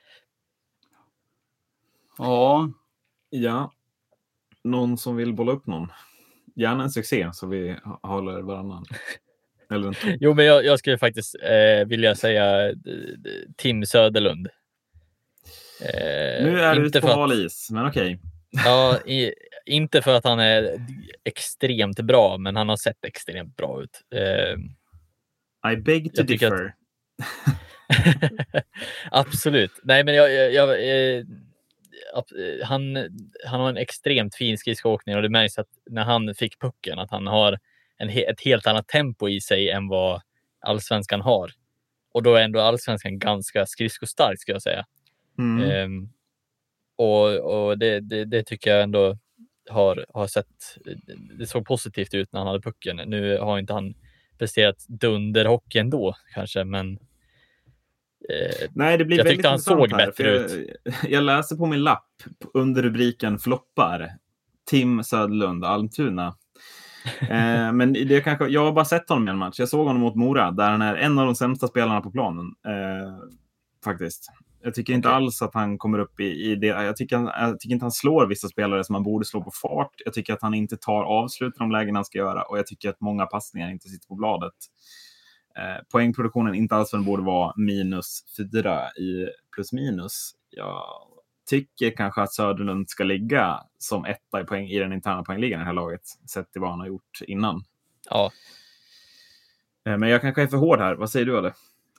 Ja. Ja. Någon som vill bolla upp någon? Gärna en succé så vi håller varannan. Eller en jo, men jag, jag skulle faktiskt eh, vilja säga eh, Tim Söderlund. Eh, nu är du ute på hal is, men okej. Okay. Ja, i, inte för att han är extremt bra, men han har sett extremt bra ut. Eh, I beg to differ. Att... Absolut. Nej, men jag... jag, jag eh, han, han har en extremt fin skridskoåkning, och det märks att när han fick pucken att han har en, ett helt annat tempo i sig än vad allsvenskan har. Och då är ändå allsvenskan ganska skridskostark, ska jag säga. Mm. Um, och och det, det, det tycker jag ändå har, har sett, det såg positivt ut när han hade pucken. Nu har inte han presterat dunderhockey ändå kanske, men eh, nej, det blir jag väldigt tyckte han såg här, bättre jag, ut. Jag läser på min lapp under rubriken floppar Tim Söderlund, Almtuna. eh, men det kanske, jag har bara sett honom i en match. Jag såg honom mot Mora där han är en av de sämsta spelarna på planen. Eh, faktiskt. Jag tycker inte okay. alls att han kommer upp i, i det. Jag tycker, jag tycker inte han slår vissa spelare som man borde slå på fart. Jag tycker att han inte tar avslut i de lägen han ska göra. Och jag tycker att många passningar inte sitter på bladet. Eh, poängproduktionen inte alls vad den borde vara minus fyra i plus minus. Jag tycker kanske att Söderlund ska ligga som etta i, poäng, i den interna poängligan i det här laget, sett till vad han har gjort innan. Ja. Men jag kanske är för hård här. Vad säger du, eller?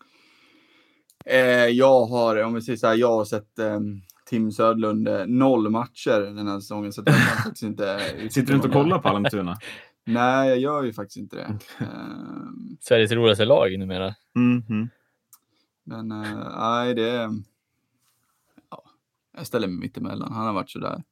Eh, jag har, om vi säger så här, jag har sett eh, Tim Söderlund eh, noll matcher den här säsongen, så att jag kan faktiskt inte... Sitter du inte och kollar på Almtuna? Nej, jag gör ju faktiskt inte det. Eh, Sveriges roligaste lag numera. Mm-hmm. Men eh, nej, det är... Ja, jag ställer mig mitt emellan. Han har varit så där.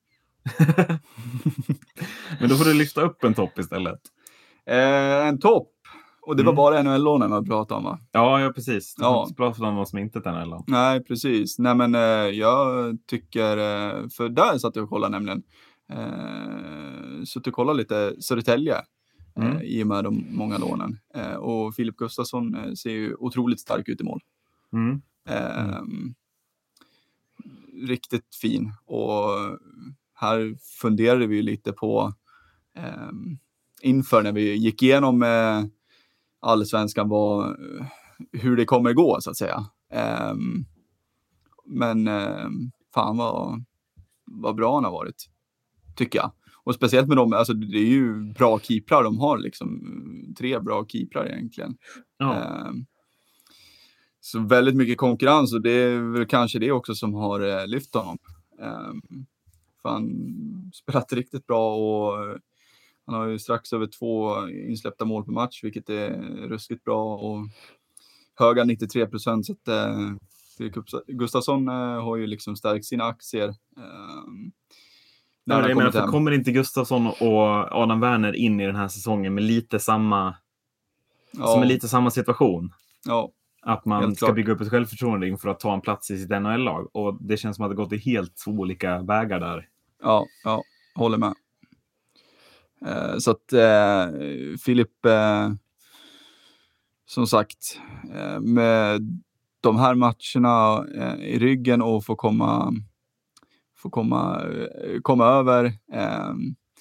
Men då får du lyfta upp en topp istället. Eh, en topp. Och det var Mm. bara N H L-lånen man pratade om, va? Ja, ja precis. Du Ja. får inte prata om vad som inte är N H L. Nej, precis. Nej, men eh, jag tycker... Eh, för där satt jag och kollade nämligen. Eh, så att kolla lite Södertälje. Mm. Eh, I och med de många lånen. Eh, och Filip Gustafsson eh, ser ju otroligt stark ut i mål. Mm. Eh, Mm. Riktigt fin. Och här funderade vi lite på eh, inför när vi gick igenom eh, allsvenskan var hur det kommer gå, så att säga. Eh, men eh, fan vad, vad bra han har varit, tycker jag. Och speciellt med dem, alltså det är ju bra keeprar de har, liksom tre bra keeprar egentligen. Ja. Eh, så väldigt mycket konkurrens, och det är väl kanske det också som har eh, lyft honom. Eh, för han spelat riktigt bra, och eh, han har ju strax över två insläppta mål per match, vilket är ruskigt bra, och höga nittiotre procent, så att eh, Gustafsson eh, har ju liksom stärkt sina aktier. Eh, Ja, jag menar, för kommer inte Gustafsson och Adam Werner in i den här säsongen med lite samma, ja. alltså med lite samma situation? Ja. Att man Helt ska klart. bygga upp ett självförtroende inför att ta en plats i sitt N H L-lag. Och det känns som att det gått i helt två olika vägar där. Ja, ja, håller med. Eh, så att eh, Filip, eh, som sagt, eh, med de här matcherna eh, i ryggen och få komma, få komma, eh, komma över. Eh,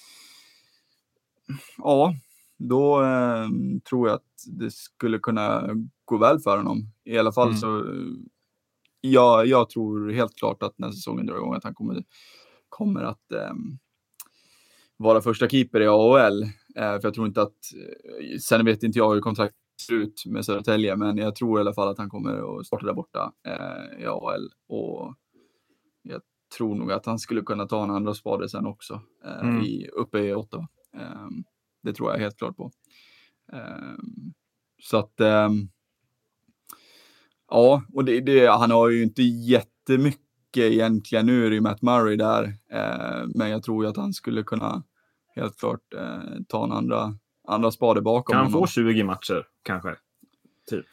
ja, då eh, tror jag att det skulle kunna gå väl för honom. I alla fall Mm. så, ja, jag tror helt klart att när säsongen drar igång att han kommer, kommer att eh, vara första keeper i A H L. Eh, för jag tror inte att, sen vet inte jag hur kontraktet ser ut med Södertälje, men jag tror i alla fall att han kommer att starta där borta eh, i A H L. Och jag tror nog att han skulle kunna ta en andra spade sen också, eh, Mm. i, uppe i Ottawa. Eh, det tror jag helt klart på. Eh, så att eh, ja, och det, det, han har ju inte jättemycket egentligen. Nu är det ju Matt Murray där, eh, men jag tror ju att han skulle kunna helt klart eh, ta en andra, andra spade bakom Kan han honom. få tjugo matcher, kanske? Typ.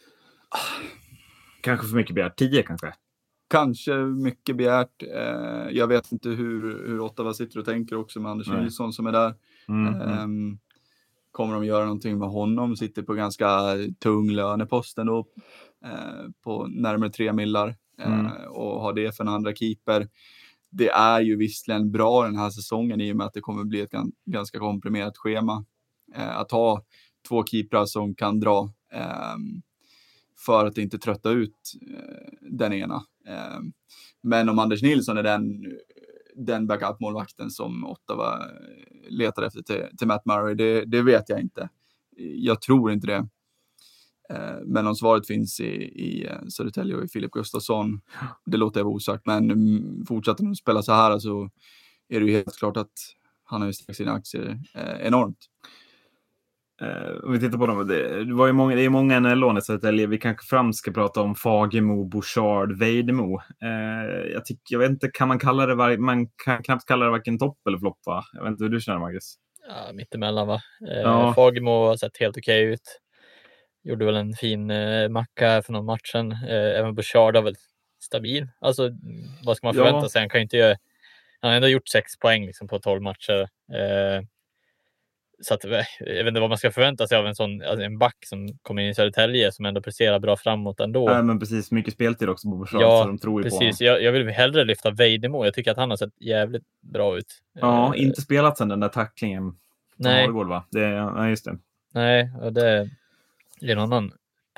Kanske för mycket begärt. tio kanske? Kanske mycket begärt. Eh, jag vet inte hur, hur Ottawa sitter och tänker också med Anders Nilsson som är där. Mm, Eh, mm. Kommer de göra någonting med honom? Sitter på ganska tung löneposten då, eh, på närmare tre millar. Eh, Mm. och har det för en andra keeper. Det är ju visserligen bra den här säsongen i och med att det kommer bli ett gan- ganska komprimerat schema. Eh, att ha två keeprar som kan dra eh, för att inte trötta ut eh, den ena. Eh, men om Anders Nilsson är den, den backup-målvakten som Ottawa letar efter till, till Matt Murray, det, det vet jag inte. Jag tror inte det. Eh, men om svaret finns i, i Södertälje och i Filip Gustafsson, det låter jag vara osagt. Men mm, fortsätter de spela så här så är det ju helt klart att han har ju stärkt sina aktier eh, enormt. Uh, om vi tittar på dem, det, det, var ju många, det är många N H L-lån, så att vi kanske främst ska prata om Fagemo, Bouchard, Vejdemo. Uh, jag tycker, jag vet inte, kan man kalla det, var, man kan knappt kalla det varken topp eller flopp, va? Jag vet inte hur du känner, Marcus. Ja, mittemellan, va? Uh, Ja. Fagemo har sett helt okej ut. Gjorde väl en fin uh, macka för någon matchen. Uh, även Bouchard har väl stabil. Alltså, vad ska man förvänta Ja. sig? Han kan ju inte göra... Han har ändå gjort sex poäng liksom, på tolv matcher. Uh, Så att, jag vet inte vad man ska förvänta sig av en sån, alltså en back som kommer in i Södertälje som ändå presterar bra framåt ändå. Nej, men precis, mycket speltid också på Bouchard, Ja, så de tror ju precis. på Jag, jag vill hellre lyfta Vejdemo. Jag tycker att han har sett jävligt bra ut. Ja, Eh, inte spelat sen den där tacklingen. Nej. Igår, va? Det, ja, just det. Nej, och det är en annan podd.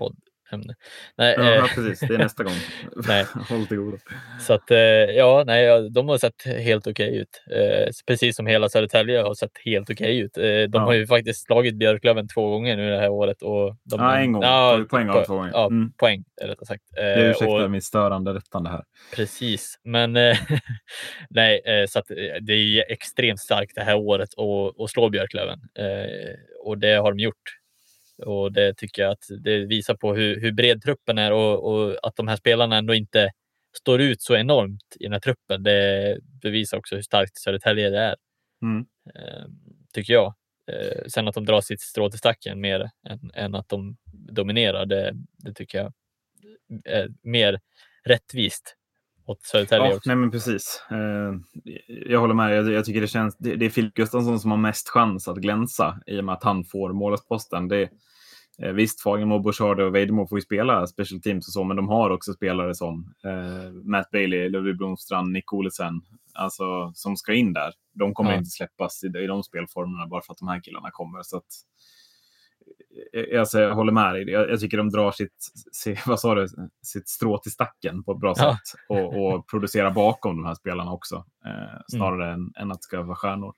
ämne. Nej, ja, eh, precis. Det är nästa gång. nej. Håll till godo. Så att, eh, ja, nej, de har sett helt okej ut. Eh, precis som hela Södertälje har sett helt okej ut. Eh, de Ja. har ju faktiskt slagit Björklöven två gånger nu det här året. Och de, Ja, en gång. Ja, Tagit poäng av på, två gånger. Ja, Mm. poäng rättare sagt. Eh, Jag ursäktar och, mitt störande rättande här. Precis, men eh, nej, eh, så att det är ju extremt starkt det här året att, att slå Björklöven. Eh, och det har de gjort. Och det tycker jag att det visar på hur, hur bred truppen är och, och att de här spelarna ändå inte står ut så enormt i den här truppen. Det bevisar också hur starkt Södertälje det är. Mm. Eh, tycker jag. Eh, sen att de drar sitt strå till stacken mer än, än att de dominerar, det, det tycker jag är mer rättvist åt Södertälje Ja, också. nej men precis. Eh, jag håller med. Jag, jag tycker det känns, det, det är Filip Gustafsson som har mest chans att glänsa i och med att han får målvaktsposten. Det eh, visst, Fagermo, Bouchard och Vejdemo får ju spela special teams och så, men de har också spelare som eh, Matt Bailey, Ludvig Blomstrand, Nick Olesen, alltså som ska in där. De kommer Ja. inte släppas i, i de spelformerna bara för att de här killarna kommer. Så att Alltså, jag håller med dig. Jag, jag tycker de drar sitt, sitt, vad sa du, sitt strå till stacken på ett bra Ja. sätt. Och, och producerar bakom de här spelarna också. Eh, snarare mm. än, än att det ska vara stjärnor.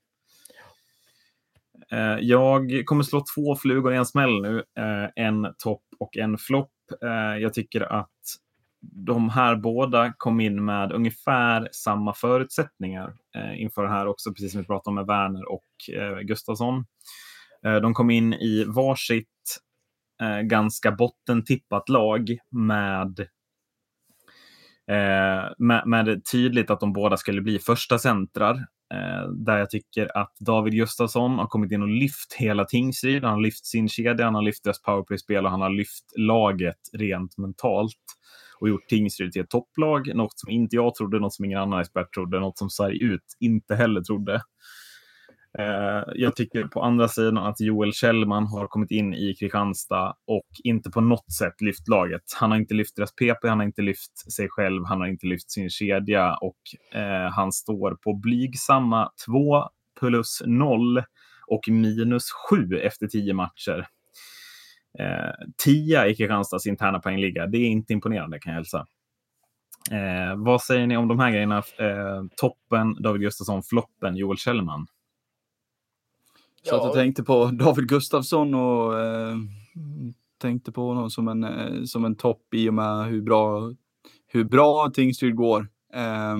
Eh, jag kommer slå två flugor i en smäll nu. Eh, en topp och en flopp. Eh, jag tycker att de här båda kom in med ungefär samma förutsättningar eh, inför det här också. Precis som vi pratade om med Werner och eh, Gustafsson. De kom in i varsitt eh, ganska bottentippat lag med, eh, med, med tydligt att de båda skulle bli första centrar. Eh, där jag tycker att David Gustafsson har kommit in och lyft hela Tingsryd. Han har lyft sin kedja, han har lyft deras powerplay-spel och han har lyft laget rent mentalt. Och gjort Tingsryd till ett topplag. Något som inte jag trodde, något som ingen annan expert trodde, något som Sarg ut inte heller trodde. Jag tycker på andra sidan att Joel Kjellman har kommit in i Kristianstad och inte på något sätt lyft laget. Han har inte lyft deras P P, han har inte lyft sig själv, han har inte lyft sin kedja och eh, han står på blygsamma två plus noll och minus sju efter tio matcher. Eh, tia i Kristianstads interna poängliga, det är inte imponerande kan jag hälsa. Eh, vad säger ni om de här grejerna? Eh, toppen, David Gustafsson, floppen, Joel Kjellman. Så att jag tänkte på David Gustafsson och eh, tänkte på honom som en, eh, som en topp i och med hur bra, hur bra Tingsryd går. Eh,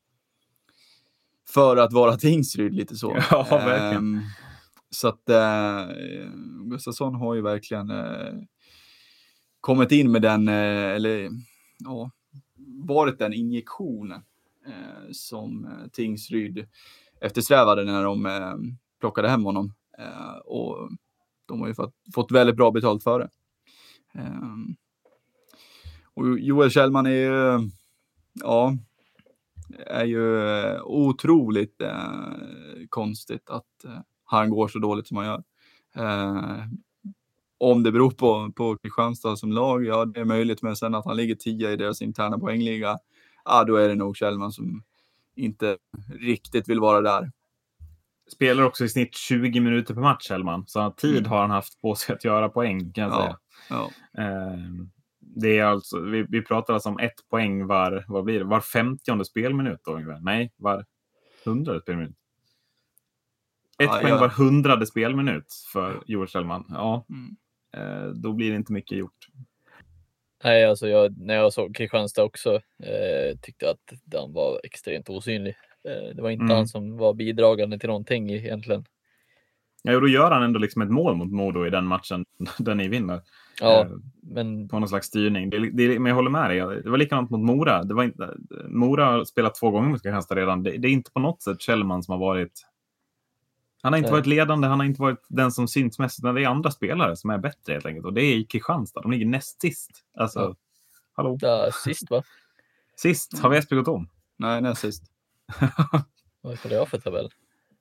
för att vara Tingsryd lite så. Ja, verkligen. Eh, så att eh, Gustafsson har ju verkligen eh, kommit in med den, eh, eller ja, varit den injektionen eh, som eh, Tingsryd eftersträvade när de eh, plockade hem honom. Uh, och de har ju fått, fått väldigt bra betalt för det. Uh, och Joel Kjellman är ju, ja, är ju uh, otroligt uh, konstigt att uh, han går så dåligt som han gör. Uh, om det beror på, på Kristianstad som lag, ja det är möjligt, men sen att han ligger tio i deras interna poängliga, ja då är det nog Kjellman som inte riktigt vill vara där. Spelar också i snitt tjugo minuter per match, Hellman. Så tid mm. har han haft på sig att göra poäng, kan jag ja, säga. Ja. Eh, det är alltså, vi, vi pratar alltså om ett poäng var, vad blir det? Var femtionde spelminut då ungefär? Nej, var hundrade spelminut. Ett ja, poäng ja. var hundrade spelminut för Joel Kjellman. Ja, Mm. eh, då blir det inte mycket gjort. Nej, alltså jag, när jag såg Kristianstad också eh, tyckte att den var extremt osynlig. Eh, det var inte mm. han som var bidragande till någonting egentligen. Ja, och då gör han ändå liksom ett mål mot Modo i den matchen där ni vinner. Ja, eh, men... På någon slags styrning. Det, det, men jag håller med dig. Det var likadant mot Mora. Det var inte, Mora har spelat två gånger mot Kristianstad redan. Det, det är inte på något sätt Kjellman som har varit... Han har inte Nej. varit ledande, han har inte varit den som syns mest. Det är andra spelare som är bättre helt enkelt. Och det är i Kristianstad. De ligger näst sist. Alltså, ja. Hallå? Ja, sist va? Sist. Har vi Esby gått om? Nej, näst sist. Vad är det jag för tabell?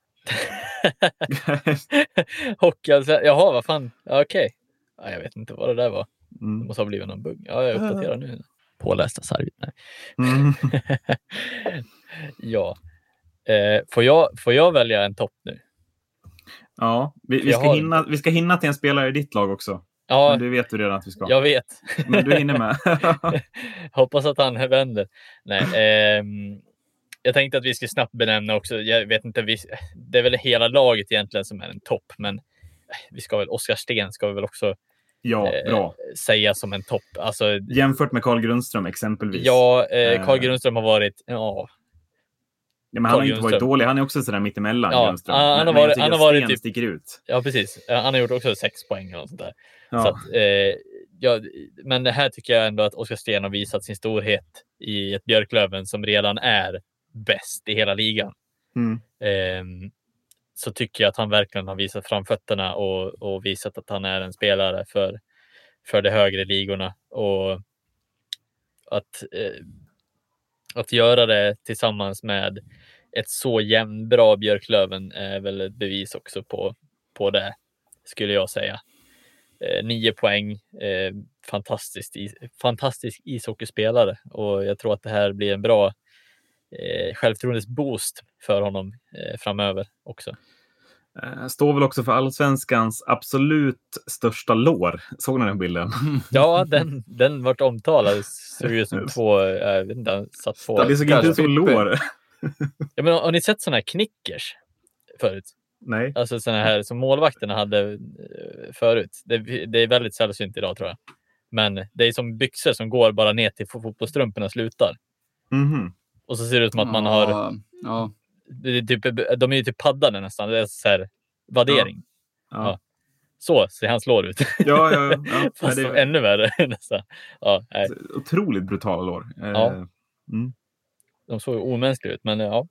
Hockey, alltså, jaha, vad fan. Okej. Okay. Ja, jag vet inte vad det där var. Mm. Det måste ha blivit någon bugg. Ja, jag uppdaterar nu. Pålästa sarg. Nej. Mm. Ja. Eh, får, jag, får jag välja en topp nu? Ja, vi, vi, ska har... hinna, vi ska hinna till en spelare i ditt lag också. Ja, men det vet du redan att vi ska. Jag vet. Men du hinner med. Hoppas att han vänder. Nej, eh, jag tänkte att vi skulle snabbt benämna också. Jag vet inte, vi, det är väl hela laget egentligen som är en topp, men vi ska väl, Oskar Sten ska vi väl också Ja, eh, bra. säga som en topp. Alltså, jämfört med Carl Grundström exempelvis. Ja, eh, Carl Grundström har varit... Ja, ja, men han har inte varit dålig. Han är också sådär mittemellan ja, Grundström. Han, han men, har men varit, han har varit typ, sticker ut. Ja, precis. Han har gjort också sex poäng och sånt där. Ja. Så att, eh, ja, men det här tycker jag ändå att Oskar Sten har visat sin storhet i ett Björklöven som redan är bäst i hela ligan. Mm. Eh, så tycker jag att han verkligen har visat framfötterna och, och visat att han är en spelare för, för de högre ligorna. Och att, eh, att göra det tillsammans med ett så jämnbra Björklöven är väl ett bevis också på, på det, skulle jag säga. Eh, nio poäng, eh, fantastiskt, is, fantastisk ishockeyspelare, och jag tror att det här blir en bra eh, självförtroendes boost för honom eh, framöver också. Står väl också för allsvenskans absolut största lår. Såg ni den bilden? Ja, den, den vart omtalad. Såg ut som två, jag vet inte, satt två. Ja, det såg inte ut som lår. Ja, men har ni sett såna här knickers förut? Nej. Alltså såna här som målvakterna hade förut. Det, det är väldigt sällsynt idag, tror jag. Men det är som byxor som går bara ner till fotbollstrumporna slutar. Mm-hmm. Och så ser det ut som att man har... Ja, ja. Det är typ, de är ju typ paddade nästan. Det är så här vaddering. Ja. Ja. Ja. Så ser han slår ut. Ja, ja, ja. Fast det är ännu värre nästan. Ja, nej. Otroligt brutala lår. Ja. Mm. De såg omänskliga ut, men ja.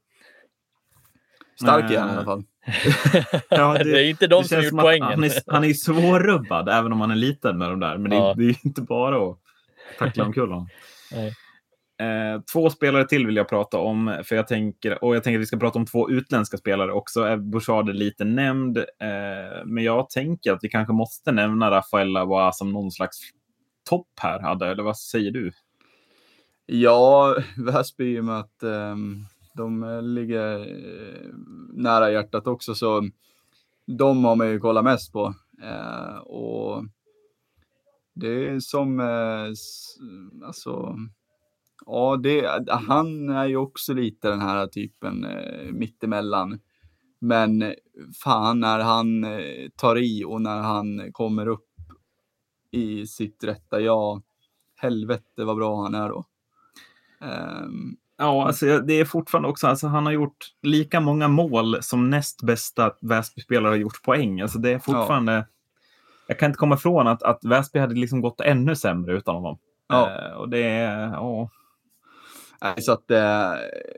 Stark igen i alla fall. Ja, det, det är inte de det som gjort som poängen. Han är, han är svårrubbad, även om han är liten med de där. Men det, Ja. det är ju inte bara att tackla omkull honom. Nej. Eh, två spelare till vill jag prata om, för jag tänker, och jag tänker att vi ska prata om två utländska spelare också. Bouchard är lite nämnd, eh, men jag tänker att vi kanske måste nämna Rafael Lavoie som någon slags topp här hade, eller vad säger du? Ja, Väsby, med att um, de ligger uh, nära hjärtat också, så de har man ju kollat mest på. Uh, och det är som, uh, alltså... Ja, det, han är ju också lite den här typen eh, mittemellan. Men fan, när han eh, tar i och när han kommer upp i sitt rätta, ja, helvete vad bra han är då. Um, ja, alltså det är fortfarande också, alltså han har gjort lika många mål som näst bästa Väsby-spelare har gjort poäng. Alltså det är fortfarande, ja. Jag kan inte komma ifrån att, att Väsby hade liksom gått ännu sämre utan honom. Ja. Uh, och det är, ja... Så att eh,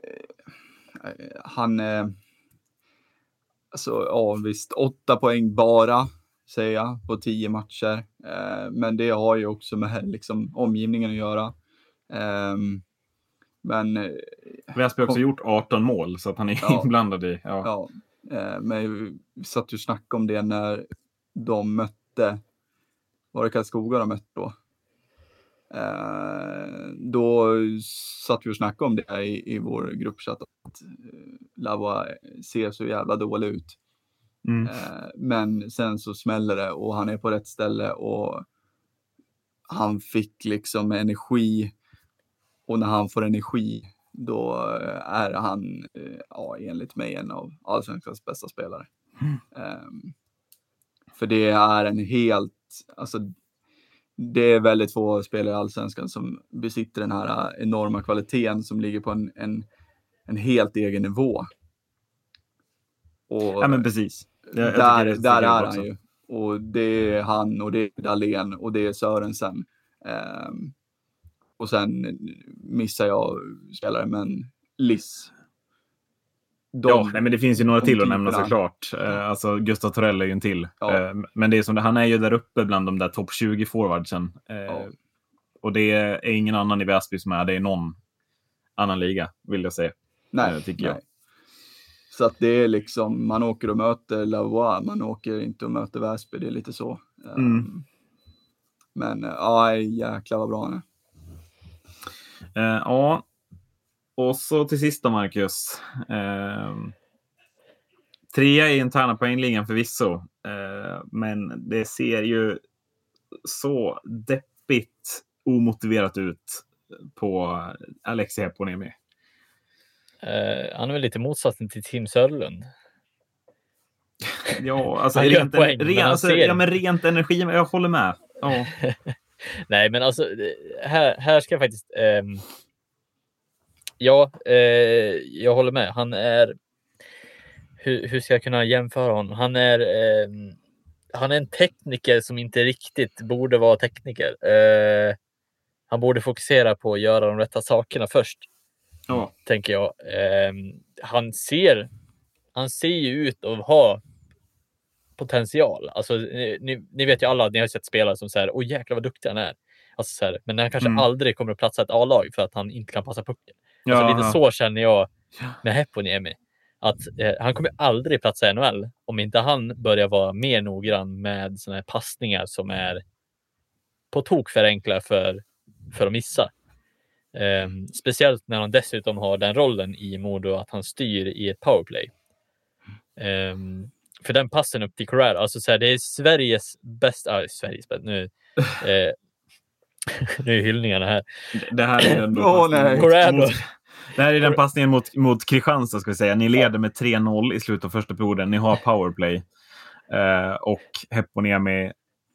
han, eh, alltså ja visst, åtta poäng bara, säger jag, på tio matcher. Eh, men det har ju också med liksom omgivningen att göra. Eh, men... Väsby har också kom... gjort arton mål, så att han är ja, inblandad i. Ja, ja eh, men vi satt ju och snackade om det när de mötte, var det Karlskoga de mötte då? Eh, då satt vi och snackade om det i, i vår gruppchatt, att eh, Lavoie ser så jävla dålig ut. Mm. Eh, men sen så smäller det och han är på rätt ställe och han fick liksom energi, och när han får energi då är han eh, ja, enligt mig en av allsvenskans bästa spelare. Mm. Eh, för det är en helt, alltså det är väldigt få spelare i allsvenskan som besitter den här enorma kvaliteten som ligger på en, en, en helt egen nivå. Och ja, men precis. Jag, där jag där är han ju. Och det är han, och det är Dahlén, och det är Sörensen. Um, och sen missar jag spelare, men Liss. De, ja, nej, men det finns ju några till att nämna såklart. Uh, alltså Gustav Torell är ju en till. Ja. Uh, men det är som det, han är ju där uppe bland de där topp tjugo forwardsen. Uh, ja. Och det är ingen annan i Väsby som är det i någon annan liga, vill jag säga. Nej, uh, tycker nej. jag. Så att det är liksom, man åker och möter Lavoie, man åker inte och möter Väsby, det är lite så. Mm. Um, men ja, jäklar vad bra han är. Uh, ja. Och så till sist då, Marcus. Eh, trea i interna poängligan förvisso. Eh, men det ser ju så deppigt omotiverat ut på Alexi Heponiemi? Uh, han är väl lite motsatsen till Tim Sörlund. Ja, alltså, han rent, poäng, ren, alltså ser... ja, men rent energi, jag håller med. Ja. Nej, men alltså här, här ska jag faktiskt um, ja, eh, jag håller med. Han är hur, hur ska jag kunna jämföra honom? Han är eh, han är en tekniker som inte riktigt borde vara tekniker. Eh, han borde fokusera på att göra de rätta sakerna först. Ja. Tänker jag. Eh, han ser han ser ju ut att ha potential. Alltså ni, ni vet ju alla att ni har sett spelare som säger åh jäklar vad duktig han är. Alltså så här, men han kanske mm. aldrig kommer att platsa ett A-lag för att han inte kan passa pucken. Alltså ja, lite ja. Så känner jag med Heponiemi. Att eh, han kommer aldrig platsa i N H L om inte han börjar vara mer noggrann med såna här passningar som är på tok för enkla för, för att missa. Eh, speciellt när han dessutom har den rollen i Modo att han styr i ett powerplay. Eh, för den passen upp till Corrado, alltså så här, det är Sveriges bästa, äh, Sveriges bästa, nu eh, nu är hyllningarna här. Det här är ändå oh, nej. Corrado. Det här är den passningen mot, mot Kristianstad, ska vi säga. Ni leder med tre noll i slutet av första perioden. Ni har powerplay. Eh, och Heponiemi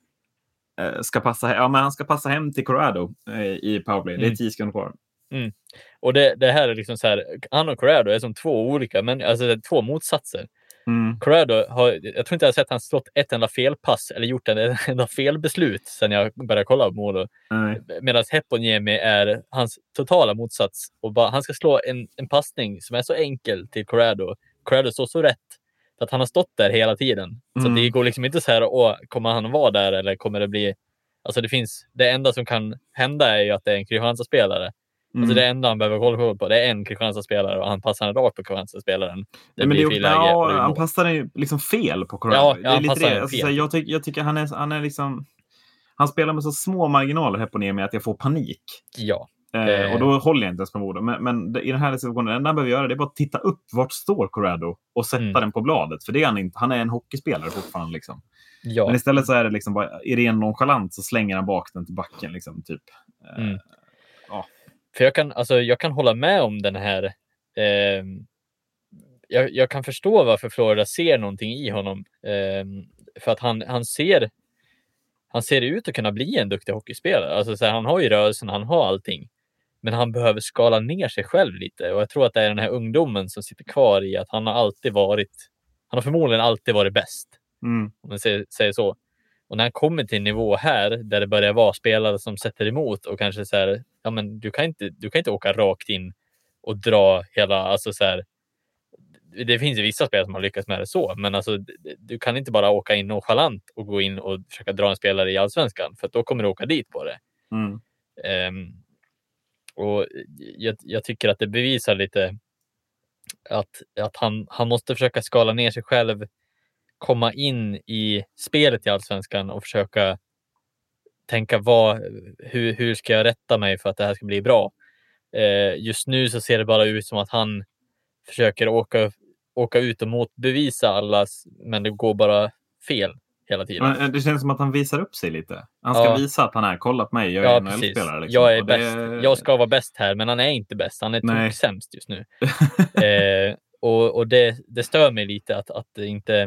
eh, ska passa, ja, men han ska passa hem till Corrado eh, i powerplay. Det är tio sekunder kvar. Mm. Och det, det här är liksom så här, han och Corrado är som två olika, men alltså det är två motsatser. Mm. Corrado har, jag tror inte jag har sett han slått ett enda felpass eller gjort en enda felbeslut sen jag började kolla på Modo. Mm. Medan Heponiemi är hans totala motsats. Och bara, han ska slå en, en passning som är så enkel till Corrado. Corrado står så rätt. För att han har stått där hela tiden. Mm. Så det går liksom inte så här, åh, kommer han vara där eller kommer det bli... Alltså det finns, det enda som kan hända är ju att det är en Kristianstad-spelare. Mm. Alltså det enda han behöver kolla på, det är en Kristianstad-spelare och han passar rakt på Kristianstad-spelaren. Det men det är, ja, han passar ju liksom fel på Corrado. Ja, det är ja, lite det. Alltså, jag, tycker, jag tycker han är, han är liksom... Han spelar med så små marginaler här på ner med att jag får panik. Ja. Eh, och då håller jag inte ens på Modo. Men, men i den här situationen, det enda han behöver göra det är bara att titta upp vart står Corrado och sätta mm. den på bladet. För det är han inte. Han är en hockeyspelare fortfarande liksom. Ja. Men istället så är det liksom bara i ren nonchalant så slänger han bak den till backen liksom typ. Eh, mm. Ja. För jag kan, alltså, jag kan hålla med om den här... Eh, jag, jag kan förstå varför Florida ser någonting i honom. Eh, för att han, han ser han ser ut att kunna bli en duktig hockeyspelare. Alltså, så här, han har ju rörelsen, han har allting. Men han behöver skala ner sig själv lite. Och jag tror att det är den här ungdomen som sitter kvar i att han har alltid varit... Han har förmodligen alltid varit bäst. Mm. Om man säger, säger så. Och när han kommer till en nivå här där det börjar vara spelare som sätter emot och kanske så här, ja men du kan inte, du kan inte åka rakt in och dra hela, alltså så här, det finns ju vissa spelare som har lyckats med det så, men alltså du kan inte bara åka in nonchalant och gå in och försöka dra en spelare i allsvenskan, för att då kommer du åka dit på det. Mm. Um, och jag, jag tycker att det bevisar lite att, att han, han måste försöka skala ner sig själv, komma in i spelet i allsvenskan och försöka tänka vad, hur, hur ska jag rätta mig för att det här ska bli bra. Eh, just nu så ser det bara ut som att han försöker åka, åka ut och motbevisa allas, men det går bara fel hela tiden. Men det känns som att han visar upp sig lite. Han ska ja. visa att han är, kolla på mig, jag är ja, en N H L-spelare. Liksom. Jag är och bäst. det... Jag ska vara bäst här, men han är inte bäst. Han är tok sämst just nu. eh, och och det, det stör mig lite att, att det inte...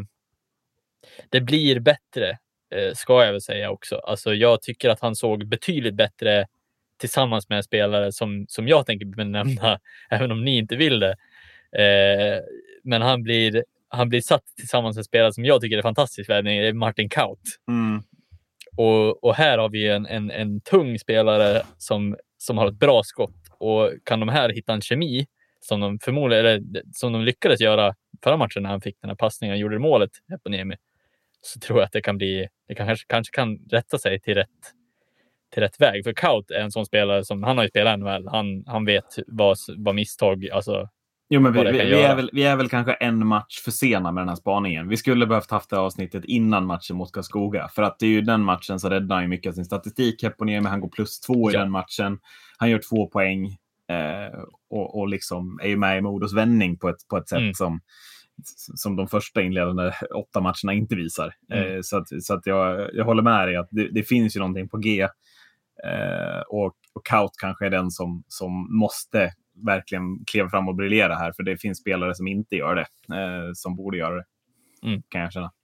Det blir bättre, eh, ska jag väl säga också. Alltså, jag tycker att han såg betydligt bättre tillsammans med en spelare som, som jag tänker benämna, även om ni inte vill det. Eh, men han blir, han blir satt tillsammans med en spelare som jag tycker är fantastisk värvning, det är Martin Kaut. Mm. Och, och här har vi en, en, en tung spelare som, som har ett bra skott. Och kan de här hitta en kemi som de förmodligen, eller som de lyckades göra förra matchen när han fick den här passningen och gjorde det målet på Niemi, så tror jag att det kan bli, det kan, kanske, kanske kan rätta sig till rätt, till rätt väg. För Kaut är en sån spelare som, han har ju spelat N H L, han, han vet vad, vad misstag, alltså. Jo, men vi, vi, vi, är väl, vi är väl kanske en match för sena med den här spaningen. Vi skulle behövt haft det avsnittet innan matchen mot Karlskoga. För att det är ju den matchen så räddar han mycket av sin statistik. Heponiemi, han går plus två i ja. den matchen. Han gör två poäng. Eh, och, och liksom är ju med i Modos vändning på ett, på ett sätt mm. som som de första inledande åtta matcherna inte visar. Mm. Eh, så att, så att jag, jag håller med dig att det, det finns ju någonting på G. Eh, och, och Kaut kanske är den som, som måste verkligen kliva fram och briljera här. För det finns spelare som inte gör det. Eh, som borde göra det. Mm. Kan jag känna.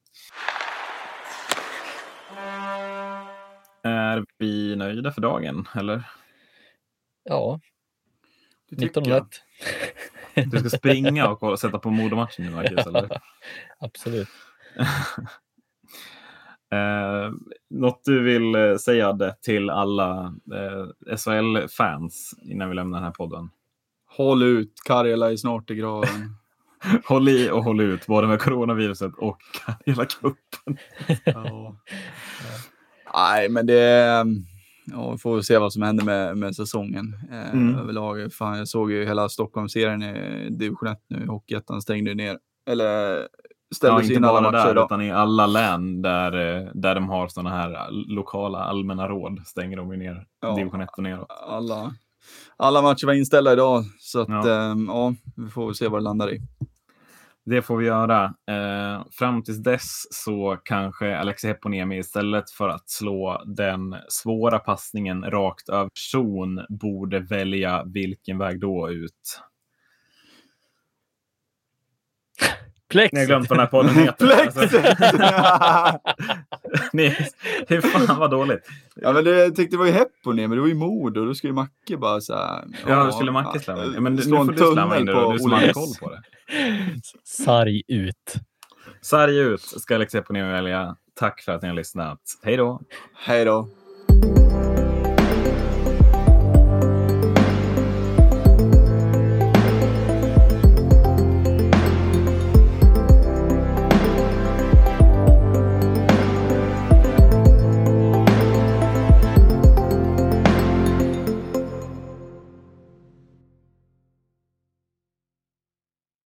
Är vi nöjda för dagen, eller? Ja, Det tycker nitton jag. rätt. Du ska springa och kolla, sätta på Modo-matchen nu, Marcus, eller? Absolut. eh, något du vill eh, säga det till alla eh, S H L-fans innan vi lämnar den här podden? Håll ut, Karjala är snart i graven. Håll i och håll ut, både med coronaviruset och hela kuppen. Ja. Nej, men det... Ja, vi får se vad som händer med, med säsongen eh, Mm. överlag. Fan, jag såg ju hela Stockholmsserien i division ett nu. Hockeyettan stängde ner. Eller Ja, ställdes inte in alla bara matcher där, idag. utan i alla län där, eh, där de har sådana här lokala allmänna råd stänger de ju ner Ja. division ett och neråt. Alla, alla matcher var inställda idag. Så att, Ja. ja. Eh, ja, vi får se vad det landar i. Det får vi göra. Eh, fram tills dess så kanske Alexi Heponiemi istället för att slå den svåra passningen rakt över zon borde välja vilken väg då ut. Plexit. Ni har glömt vad den här podden heter. Plexit! Nej, hur fan vad dåligt. Ja, men det, jag tyckte det var ju Heponiemi, men det var ju Modo och då skulle Macke bara så här... Ja, du skulle Macke slämma in. Ja, men nu slå en får du slämma in tunnel det då, på du som Olle har S. koll på det. Sarg ut. Sarg ut ska Alexi Heponiemi välja. Tack för att ni har lyssnat. Hej då! Hej då!